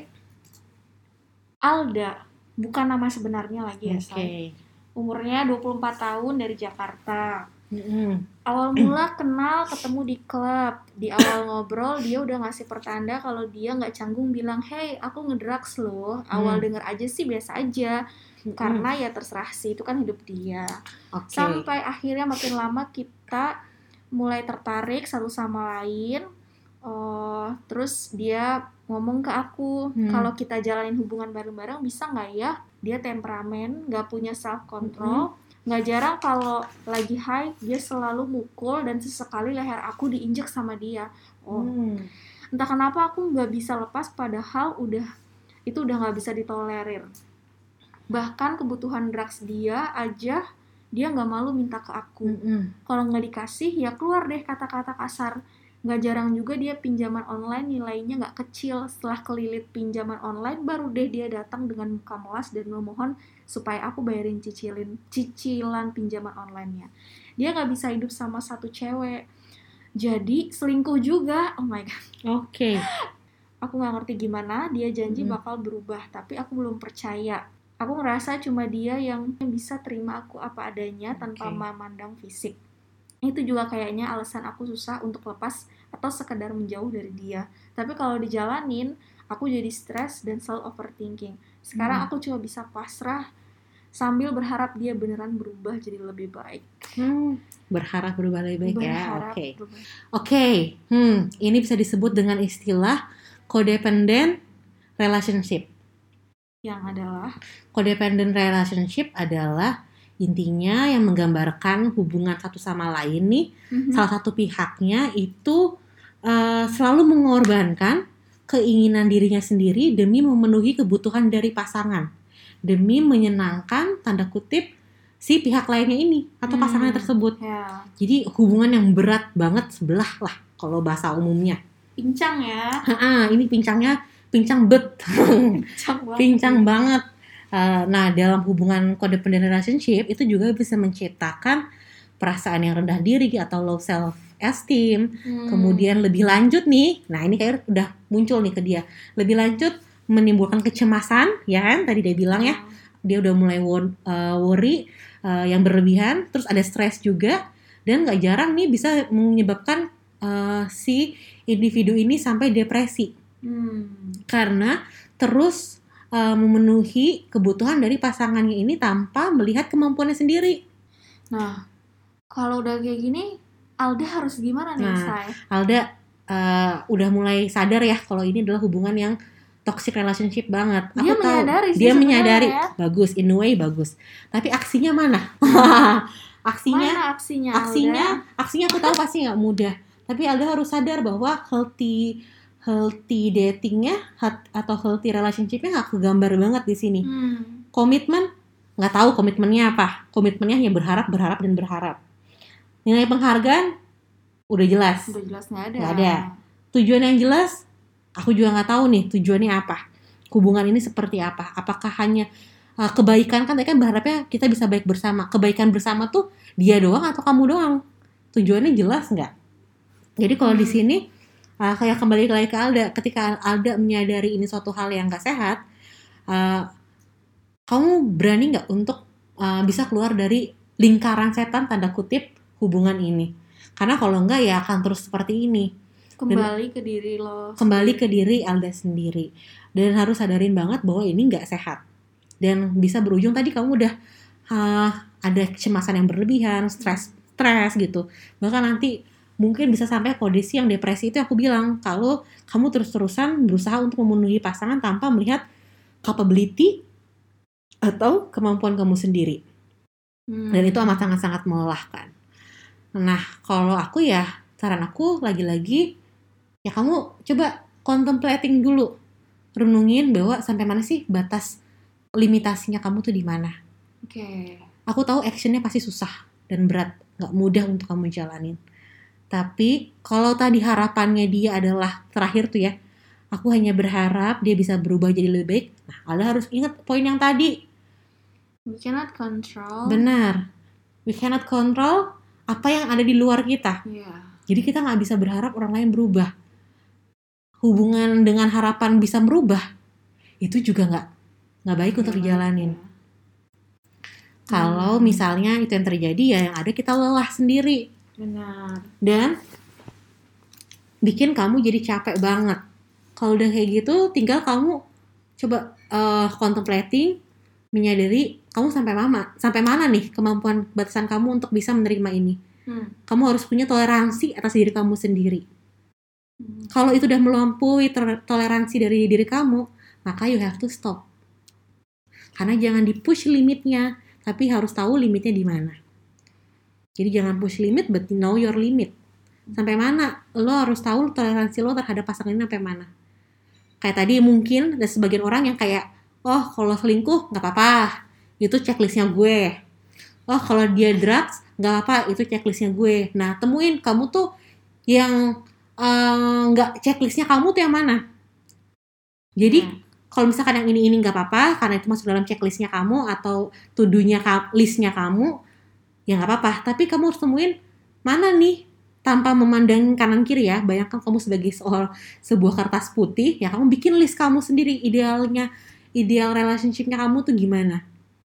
Alda, bukan nama sebenarnya lagi ya, okay. say. Umurnya dua puluh empat tahun, dari Jakarta. Mm-hmm. Awal mula kenal, ketemu di klub. Di awal ngobrol dia udah ngasih pertanda kalau dia nggak canggung bilang, hey aku ngedrugs loh. Awal mm. denger aja sih biasa aja, mm-hmm. karena ya terserah sih, itu kan hidup dia. Okay. Sampai akhirnya makin lama kita mulai tertarik satu sama lain. Uh, terus dia ngomong ke aku, mm. kalau kita jalanin hubungan bareng-bareng bisa nggak ya? Dia temperamen, nggak punya self control. Mm-hmm. Nggak jarang kalau lagi high dia selalu mukul dan sesekali leher aku diinjek sama dia. Oh, hmm. entah kenapa aku nggak bisa lepas padahal udah itu udah nggak bisa ditolerir. Bahkan kebutuhan drugs dia aja dia nggak malu minta ke aku. Mm-hmm. Kalau nggak dikasih ya keluar deh kata-kata kasar. Nggak jarang juga dia pinjaman online nilainya nggak kecil. Setelah kelilit pinjaman online baru deh dia datang dengan muka melas dan memohon supaya aku bayarin cicilin cicilan pinjaman online-nya. Dia nggak bisa hidup sama satu cewek, jadi selingkuh juga. Oh my god. Oke. Okay. Aku nggak ngerti gimana. Dia janji mm-hmm. bakal berubah, tapi aku belum percaya. Aku ngerasa cuma dia yang bisa terima aku apa adanya tanpa okay. memandang fisik. Itu juga kayaknya alasan aku susah untuk lepas atau sekedar menjauh dari dia. Tapi kalau dijalanin, aku jadi stres dan selalu overthinking. Sekarang hmm. aku cuma bisa pasrah sambil berharap dia beneran berubah jadi lebih baik. Hmm, berharap berubah lebih baik berharap ya. Oke. Okay. Oke. Okay. Hmm, ini bisa disebut dengan istilah codependent relationship. Yang adalah codependent relationship adalah intinya yang menggambarkan hubungan satu sama lain nih. Mm-hmm. Salah satu pihaknya itu uh, selalu mengorbankan keinginan dirinya sendiri demi memenuhi kebutuhan dari pasangan, demi menyenangkan tanda kutip si pihak lainnya ini atau pasangannya hmm, tersebut. Yeah. Jadi hubungan yang berat banget sebelah lah kalau bahasa umumnya. Pincang ya. Ha-ha, ini pincangnya pincang bet. Pincang banget. Pincang banget. Uh, nah dalam hubungan codependent relationship itu juga bisa menciptakan perasaan yang rendah diri atau low self esteem, hmm. kemudian lebih lanjut nih, nah ini kayak udah muncul nih ke dia, lebih lanjut menimbulkan kecemasan, ya kan, tadi dia bilang ya, dia udah mulai wor- uh, worry uh, yang berlebihan, terus ada stres juga, dan gak jarang nih bisa menyebabkan uh, si individu ini sampai depresi, hmm. karena terus uh, memenuhi kebutuhan dari pasangannya ini tanpa melihat kemampuannya sendiri. Nah, kalau udah kayak gini, Alda harus gimana nih, nah, Say? Alda uh, udah mulai sadar ya kalau ini adalah hubungan yang toxic relationship banget. Dia Aku menyadari tahu, sih dia menyadari, ya? bagus, in a way bagus. Tapi aksinya mana? aksinya, mana aksinya? Aksinya, Alda? aksinya aku tahu pasti nggak mudah. Tapi Alda harus sadar bahwa healthy, healthy datingnya atau healthy relationshipnya nggak kegambar banget di sini. Hmm. Komitmen, nggak tahu komitmennya apa. Komitmennya hanya berharap, berharap dan berharap. Nilai penghargaan udah jelas. Udah jelas nggak ada. Nggak ada. Tujuan yang jelas. Aku juga nggak tahu nih tujuannya apa, hubungan ini seperti apa. Apakah hanya uh, kebaikan, kan tadi kan berharapnya kita bisa baik bersama. Kebaikan bersama tuh dia doang atau kamu doang? Tujuannya jelas nggak? Jadi kalau hmm. di sini uh, kayak kembali lagi ke Alda, ketika Alda menyadari ini suatu hal yang nggak sehat, uh, kamu berani nggak untuk uh, bisa keluar dari lingkaran setan tanda kutip hubungan ini? Karena kalau enggak ya akan terus seperti ini. Kembali Dan, ke diri lo kembali sendiri. ke diri Alda sendiri, dan harus sadarin banget bahwa ini nggak sehat dan bisa berujung tadi kamu udah uh, ada kecemasan yang berlebihan, stres stres gitu, bahkan nanti mungkin bisa sampai kondisi yang depresi. Itu aku bilang kalau kamu terus-terusan berusaha untuk memenuhi pasangan tanpa melihat capability atau kemampuan kamu sendiri, hmm. dan itu amat sangat-sangat melelahkan. Nah kalau aku ya saran aku lagi-lagi ya kamu coba contemplating dulu, renungin bahwa sampai mana sih batas limitasinya kamu tuh di mana. Oke. Okay. Aku tahu actionnya pasti susah dan berat, nggak mudah untuk kamu jalanin. Tapi kalau tadi harapannya dia adalah terakhir tuh ya, aku hanya berharap dia bisa berubah jadi lebih baik. Nah, Alda harus ingat poin yang tadi. We cannot control. Benar. We cannot control apa yang ada di luar kita. Yeah. Jadi kita nggak bisa berharap orang lain berubah. Hubungan dengan harapan bisa merubah, itu juga nggak nggak baik ya, untuk dijalanin. Ya. Kalau hmm. misalnya itu yang terjadi ya yang ada kita lelah sendiri. Benar. Dan bikin kamu jadi capek banget. Kalau udah kayak gitu, tinggal kamu coba uh, contemplating, menyadari kamu sampai mana, sampai mana nih kemampuan batasan kamu untuk bisa menerima ini. Hmm. Kamu harus punya toleransi atas diri kamu sendiri. Hmm. Kalau itu udah melampaui toleransi dari diri kamu, maka you have to stop. Karena jangan di-push limitnya, tapi harus tahu limitnya di mana. Jadi jangan push limit, but know your limit. Sampai mana? Lo harus tahu toleransi lo terhadap pasangan ini sampai mana. Kayak tadi mungkin ada sebagian orang yang kayak, oh kalau selingkuh nggak apa-apa, itu checklistnya gue. Oh kalau dia drugs nggak apa-apa, itu checklistnya gue. Nah temuin kamu tuh yang nggak uh, checklistnya kamu tuh yang mana. Jadi hmm. kalau misalkan yang ini ini nggak apa-apa karena itu masuk dalam checklistnya kamu atau to-do-nya listnya kamu, ya nggak apa-apa. Tapi kamu harus temuin mana nih, tanpa memandang kanan kiri ya. Bayangkan kamu sebagai seorang sebuah kertas putih, ya kamu bikin list kamu sendiri, idealnya, ideal relationship-nya kamu tuh gimana.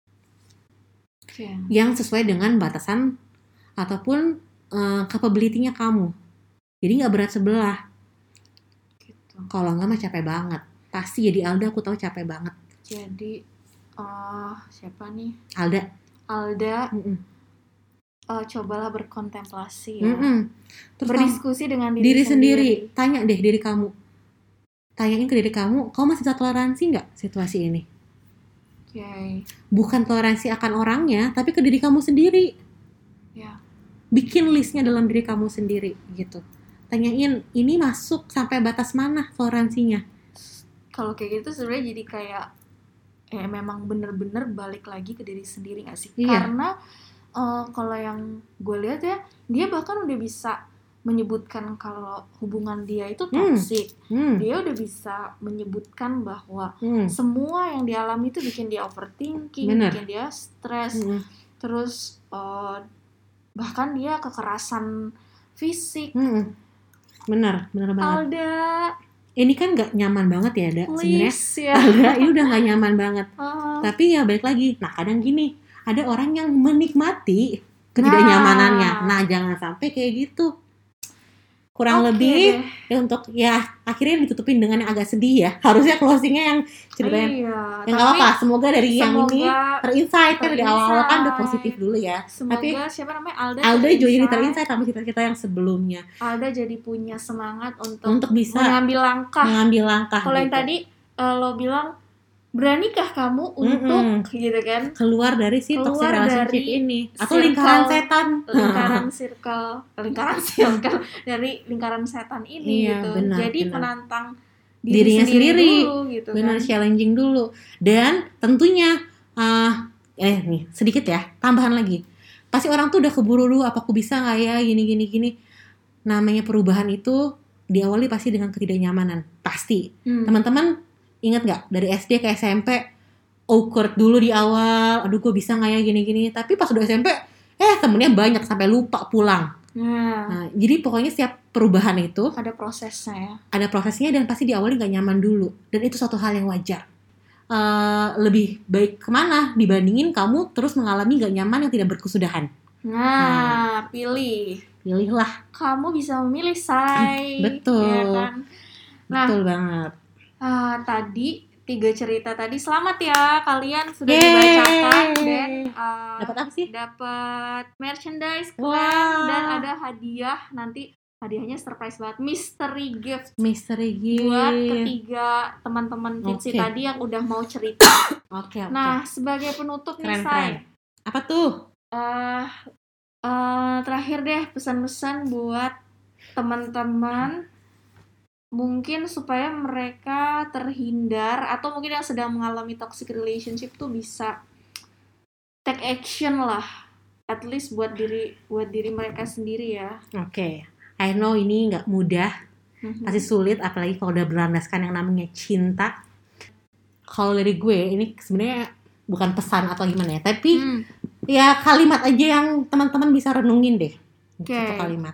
Okay. Yang sesuai dengan batasan ataupun uh, capability-nya kamu. Jadi nggak berat sebelah. Gitu. Kalau nggak mah capek banget. Pasti jadi Alda aku tahu capek banget. Jadi uh, siapa nih? Alda. Alda. Mm-mm. Uh, cobalah berkontemplasi ya. Mm-mm. Terus berdiskusi kamu, dengan diri, diri sendiri. sendiri. Tanya deh diri kamu. Tanyain ke diri kamu, kamu masih bisa toleransi nggak situasi ini? Oke. Okay. Bukan toleransi akan orangnya, tapi ke diri kamu sendiri. Ya. Bikin listnya dalam diri kamu sendiri gitu. Tanyain ini masuk sampai batas mana toleransinya. Kalau kayak gitu sebenarnya jadi kayak ya memang bener-bener balik lagi ke diri sendiri nggak sih? Iya. Karena uh, kalau yang gue lihat ya, dia bahkan udah bisa menyebutkan kalau hubungan dia itu toksik. Hmm. Hmm. Dia udah bisa menyebutkan bahwa hmm. semua yang dialami itu bikin dia overthinking, Bener. bikin dia stres, hmm. terus uh, bahkan dia kekerasan fisik. Hmm. Benar, benar banget. Alda, ini kan nggak nyaman banget ya, Ada sebenarnya. Ya. Alda, ini udah nggak nyaman banget. Uh. Tapi ya balik lagi. Nah kadang gini, ada orang yang menikmati ketidaknyamanannya. Nah, nah jangan sampai kayak gitu. kurang okay lebih deh. Ya untuk ya akhirnya ditutupin dengan yang agak sedih ya. Harusnya closingnya yang ceritanya iya, yang nggak apa-apa. Semoga dari semoga yang ini terinsight kan dari awal-awal kan udah positif dulu ya. Semoga tapi siapa namanya Alda Alda juga jadi terinsight sama kita-kita yang sebelumnya. Alda jadi punya semangat untuk untuk bisa mengambil langkah mengambil langkah kalau yang gitu. tadi uh, lo bilang beranikah kamu untuk Mm-mm. gitu kan keluar dari si keluar toxic relationship dari ini atau circle, lingkaran setan lingkaran circle lingkaran circle dari lingkaran setan ini iya, gitu benar, jadi benar. menantang diri dirinya sendiri, sendiri dulu, gitu benar kan. challenging dulu dan tentunya uh, eh nih sedikit ya tambahan lagi pasti orang tuh udah keburu dulu apa aku bisa nggak ya gini gini gini namanya perubahan itu diawali pasti dengan ketidaknyamanan pasti hmm. teman-teman ingat nggak dari S D ke S M P awkward dulu di awal aduh gue bisa nggak ya gini-gini tapi pas udah S M P eh temennya banyak sampai lupa pulang nah, nah jadi pokoknya setiap perubahan itu ada prosesnya ya ada prosesnya dan pasti di awal nggak nyaman dulu dan itu suatu hal yang wajar uh, lebih baik kemana dibandingin kamu terus mengalami nggak nyaman yang tidak berkesudahan nah, nah pilih pilihlah kamu bisa memilih say betul ya kan? Nah, betul banget. Uh, tadi tiga cerita tadi selamat ya kalian sudah Yeay. dibacakan dan uh, dapat apa sih? Dapat merchandise keren wow. dan ada hadiah nanti hadiahnya surprise banget mystery gift mystery gift buat ketiga teman-teman Fitsi okay. tadi yang udah mau cerita. Oke. okay, okay. Nah sebagai penutup keren, nih Say. Apa tuh? Uh, uh, terakhir deh pesan-pesan buat teman-teman. Mungkin supaya mereka terhindar atau mungkin yang sedang mengalami toxic relationship tuh bisa take action lah, at least buat diri buat diri mereka sendiri ya. Oke, okay. I know ini nggak mudah, mm-hmm. pasti sulit, apalagi kalau udah berlandaskan yang namanya cinta. Kalau dari gue ini sebenarnya bukan pesan atau gimana ya, tapi mm. ya kalimat aja yang teman-teman bisa renungin deh, okay. Satu kalimat.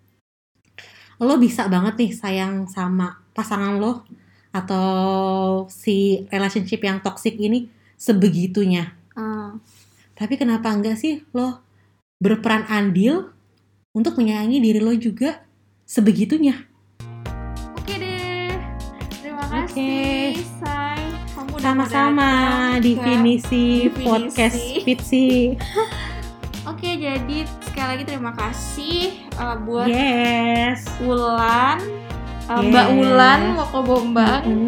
Lo bisa banget nih sayang sama pasangan lo atau si relationship yang toxic ini sebegitunya. Uh. Tapi kenapa enggak sih lo berperan andil untuk menyayangi diri lo juga sebegitunya? Oke deh, terima kasih okay. Say. Kamu udah sama-sama definisi, definisi podcast Fitsi. Oke, jadi sekali lagi terima kasih uh, buat yes. Ulan, uh, yes. Mbak Ulan Wokobombang mm-hmm.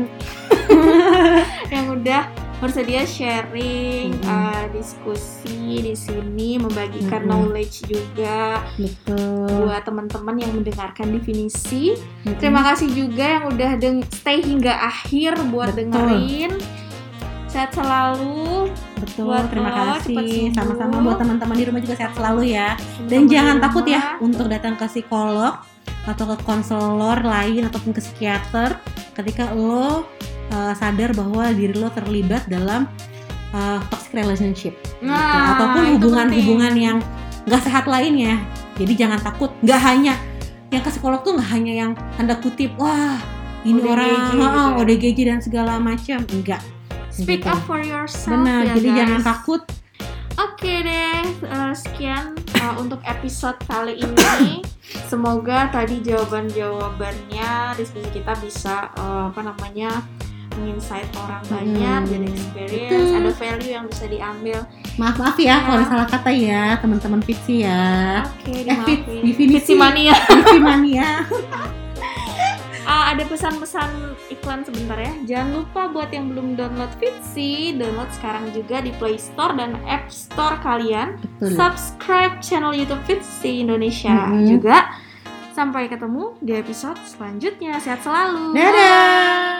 yang udah bersedia sharing, mm-hmm. uh, diskusi di sini, membagikan mm-hmm. knowledge juga Betul. buat teman-teman yang mendengarkan definisi. Mm-hmm. Terima kasih juga yang udah deng- stay hingga akhir buat Betul. dengerin. Sehat selalu. Betul, buat terima lo, kasih. Sama-sama buat teman-teman di rumah juga sehat selalu ya. Dan teman jangan takut ya untuk datang ke psikolog atau ke konselor lain ataupun ke psikiater ketika lo uh, sadar bahwa diri lo terlibat dalam uh, toxic relationship. Nah, gitu. Ataupun hubungan-hubungan yang gak sehat lainnya. Jadi jangan takut. Gak hanya yang ke psikolog tuh gak hanya yang tanda kutip wah ini O D G orang gitu ya. O D G J dan segala macam. Enggak. Speak gitu. up for yourself. Benar, ya jadi guys. jangan takut. Oke deh, uh, sekian uh, untuk episode kali ini. Semoga tadi jawaban-jawabannya diskusi kita bisa uh, apa namanya menginsight orang banyak hmm. dan experience, Betul. ada value yang bisa diambil. Maaf maaf ya, ya. kalau salah kata ya teman-teman Fitsi ya. Oke, eh, dimaafin. Fitsi mania. Fitsi mania. Uh, ada pesan-pesan iklan sebentar ya. Jangan lupa buat yang belum download Fitsi, download sekarang juga di Play Store dan App Store kalian. Betul. Subscribe channel YouTube Fitsi Indonesia mm-hmm. juga. Sampai ketemu di episode selanjutnya. Sehat selalu. Dadah.